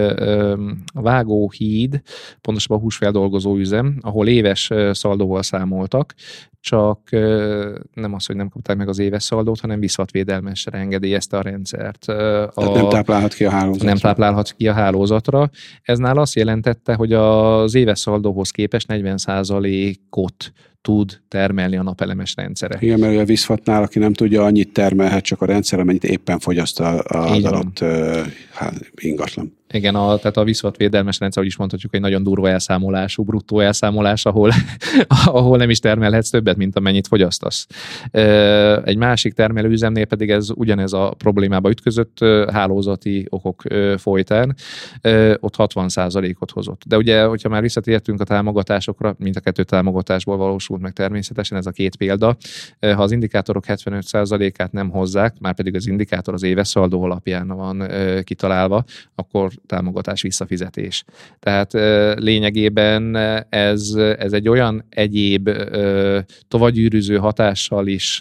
vágóhíd, pontosabban a húsfeldolgozó üzem, ahol éves szaldóval számoltak, csak nem az, hogy nem kapták meg az éves szaldót, hanem viszatvédelmesre engedélyezte a rendszert. A, Tehát nem táplálhat ki a hálózatra. Nem táplálhat ki a hálózatra. Ez nála azt jelentette, hogy az éves szaldóhoz képest negyven százalékot tud termelni a napelemes rendszere. Igen, mert a vízfatnál, aki nem tudja, annyit termelhet csak a rendszer, amennyit éppen fogyaszt az adott uh, ingatlan. Igen, a, tehát a vízfatvédelmes rendszer, hogy is mondhatjuk, egy nagyon durva elszámolású, bruttó elszámolás, ahol, ahol nem is termelhetsz többet, mint amennyit fogyasztasz. Egy másik termelőüzemnél pedig ez ugyanez a problémába ütközött, hálózati okok folytán, ott hatvan százalékot hozott. De ugye, hogyha már visszatértünk a támogatásokra, mint a kettő támogatásból valósult meg természetesen ez a két példa, ha az indikátorok hetvenöt százalékát nem hozzák, már pedig az indikátor az éves szaldó alapján van kitalálva, akkor támogatás visszafizetés. Tehát lényegében ez, ez egy olyan egyéb tovagyűrűző hatással is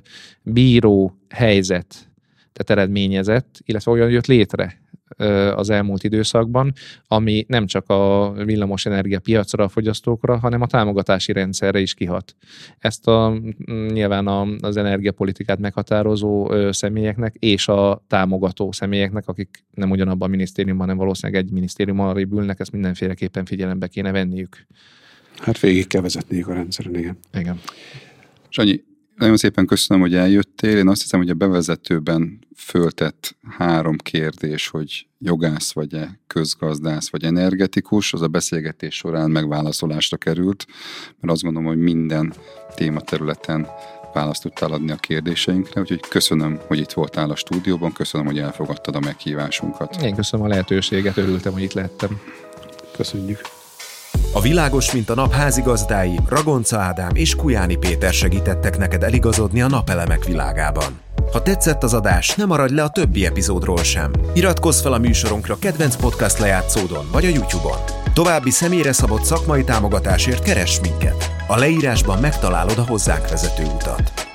bíró helyzet, tehát eredményezett, illetve olyan jött létre az elmúlt időszakban, ami nem csak a villamosenergia piacra, a fogyasztókra, hanem a támogatási rendszerre is kihat. Ezt a, nyilván az energiapolitikát meghatározó személyeknek és a támogató személyeknek, akik nem ugyanabban a minisztériumban, hanem valószínűleg egy minisztérium arrébb ülnek, ezt mindenféleképpen figyelembe kéne venniük. Hát végig kell vezetniük a rendszeren, igen. Igen. Sanyi, nagyon szépen köszönöm, hogy eljöttél. Én azt hiszem, hogy a bevezetőben föltett három kérdés, hogy jogász vagy-e, közgazdász vagy energetikus, az a beszélgetés során megválaszolásra került, mert azt gondolom, hogy minden tématerületen választ tudtál adni a kérdéseinkre, úgyhogy köszönöm, hogy itt voltál a stúdióban, köszönöm, hogy elfogadtad a meghívásunkat. Én köszönöm a lehetőséget, örültem, hogy itt lehettem. Köszönjük. A Világos, mint a nap házigazdái, Ragonca Ádám és Kujáni Péter segítettek neked eligazodni a napelemek világában. Ha tetszett az adás, ne maradj le a többi epizódról sem. Iratkozz fel a műsorunkra kedvenc podcast lejátszódon vagy a YouTube-on. További személyre szabott szakmai támogatásért keress minket. A leírásban megtalálod a hozzánk vezető utat.